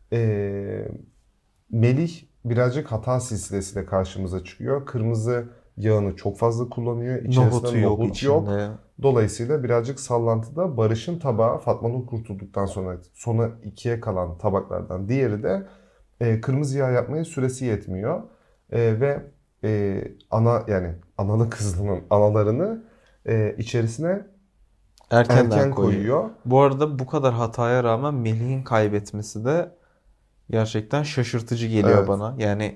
Melih birazcık hata silsilesiyle karşımıza çıkıyor. Kırmızı yağını çok fazla kullanıyor. Nohutu İçerisinde yok nohut yok. içinde. Dolayısıyla birazcık sallantıda. Barış'ın tabağı Fatma Nur kurtulduktan sonra sona ikiye kalan tabaklardan diğeri de kırmızı yağ yapmaya süresi yetmiyor. Ve yani analı kızlının analarını içerisine erken koyuyor. Bu arada bu kadar hataya rağmen Melih'in kaybetmesi de gerçekten şaşırtıcı geliyor Evet. bana. Yani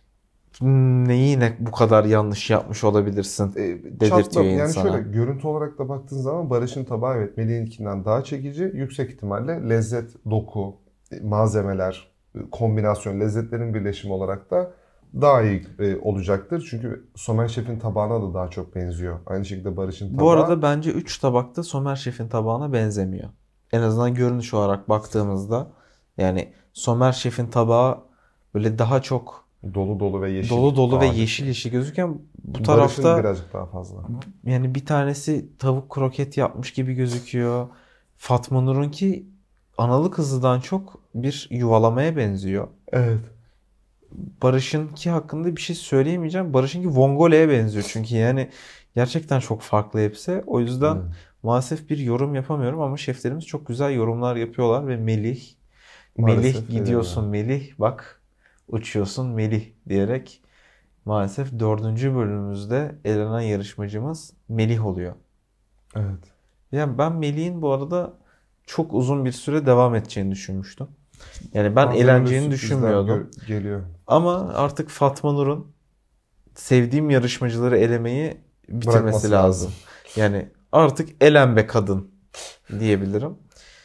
neyi bu kadar yanlış yapmış olabilirsin dedirtiyor Yani insana. şöyle görüntü olarak da baktığın zaman Barış'ın tabağı evet Melih'inkinden daha çekici. Yüksek ihtimalle lezzet, doku, malzemeler, kombinasyon, lezzetlerin birleşimi olarak da daha iyi olacaktır. Çünkü Somer Şef'in tabağına da daha çok benziyor. Aynı şekilde Barış'ın tabağı. Bu arada bence 3 tabakta Somer Şef'in tabağına benzemiyor. En azından görünüş olarak baktığımızda yani Somer Şef'in tabağı böyle daha çok dolu dolu ve yeşil. dolu ve ağırlıklı. yeşil gözüküyorken bu Barış'ın tarafta birazcık daha fazla. yani bir tanesi tavuk kroket yapmış gibi gözüküyor. Fatma Nur'unki analı kızıdan çok bir yuvalamaya benziyor. Evet. Barış'ınki hakkında bir şey söyleyemeyeceğim. Barış'ınki Vongole'ye benziyor çünkü yani gerçekten çok farklı hepsi. O yüzden maalesef bir yorum yapamıyorum ama şeflerimiz çok güzel yorumlar yapıyorlar ve Melih Maalesef gidiyorsun Melih bak uçuyorsun Melih diyerek maalesef 4. bölümümüzde elenen yarışmacımız Melih oluyor. Evet. Yani ben Melih'in bu arada çok uzun bir süre devam edeceğini düşünmüştüm. Yani ben Bazen eğleneceğini öyle sürprizler düşünmüyordum. Geliyor. Ama artık Fatma Nur'un sevdiğim yarışmacıları elemeyi bitirmesi Bırakması lazım. Yani artık elen be kadın diyebilirim.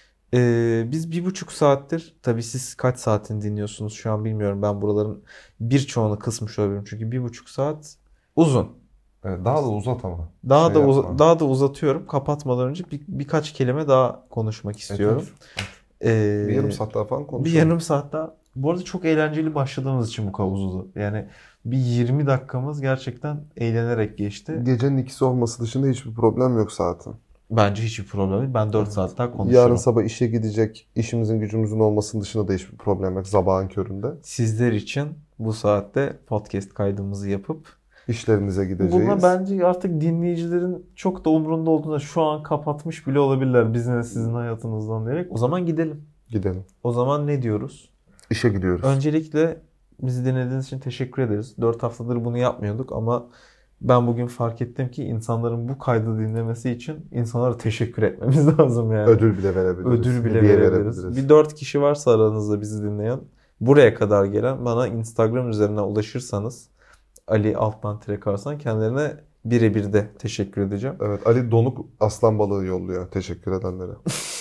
Biz 1,5 saattir, tabii siz kaç saatin dinliyorsunuz şu an bilmiyorum. Ben buraların birçoğunu kısmış olabilirim. Çünkü 1,5 saat uzun. Evet, daha da uzat ama. Daha Şey da yapma. daha da uzatıyorum. Kapatmadan önce birkaç kelime daha konuşmak istiyorum. Bir yarım saat daha falan konuşalım. Bir yarım saat daha. Bu arada çok eğlenceli başladığımız için bu kadar uzadı. Yani bir 20 dakikamız gerçekten eğlenerek geçti. Gecenin ikisi olması dışında hiçbir problem yok zaten. Bence hiçbir problem değil. Ben 4 saat daha konuşurum. Yarın sabah işe gidecek, işimizin gücümüzün olmasının dışında da hiçbir problem yok sabahın köründe. Sizler için bu saatte podcast kaydımızı yapıp İşlerimize gideceğiz. buna bence artık dinleyicilerin çok da umurunda olduğunda şu an kapatmış bile olabilirler bizden sizin hayatınızdan diyerek. O zaman gidelim. Gidelim. O zaman ne diyoruz? İşe gidiyoruz. Öncelikle bizi dinlediğiniz için teşekkür ederiz. 4 haftadır bunu yapmıyorduk ama ben bugün fark ettim ki insanların bu kaydı dinlemesi için insanlara teşekkür etmemiz lazım yani. Ödül bile verebiliriz. Ödül bile Hediye verebiliriz. Bir 4 kişi varsa aranızda bizi dinleyen, buraya kadar gelen, bana Instagram üzerinden ulaşırsanız Ali _Karsan kendilerine birebir de teşekkür edeceğim. Evet, Ali donuk aslan balığı yolluyor teşekkür edenlere.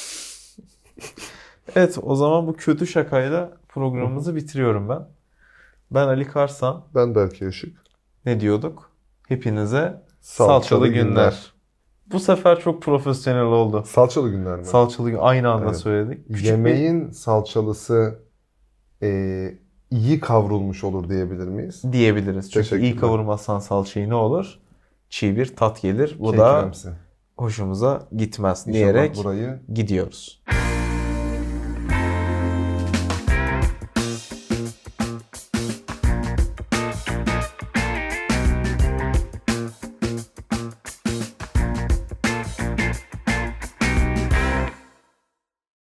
Evet, o zaman bu kötü şakayla programımızı bitiriyorum ben. Ben Ali Karsan. Ben Berke Işık. Ne diyorduk? Hepinize salçalı günler. Bu sefer çok profesyonel oldu. Salçalı günler mi? Salçalı gün aynı anda Evet. söyledik. Yemeğin salçalısı iyi kavrulmuş olur diyebilir miyiz? Diyebiliriz. Çünkü iyi Teşekkürler. kavurmazsan salçayı ne olur? Çiğ bir tat gelir. Bu Şey da kremsi. hoşumuza gitmez İnşallah diyerek burayı gidiyoruz.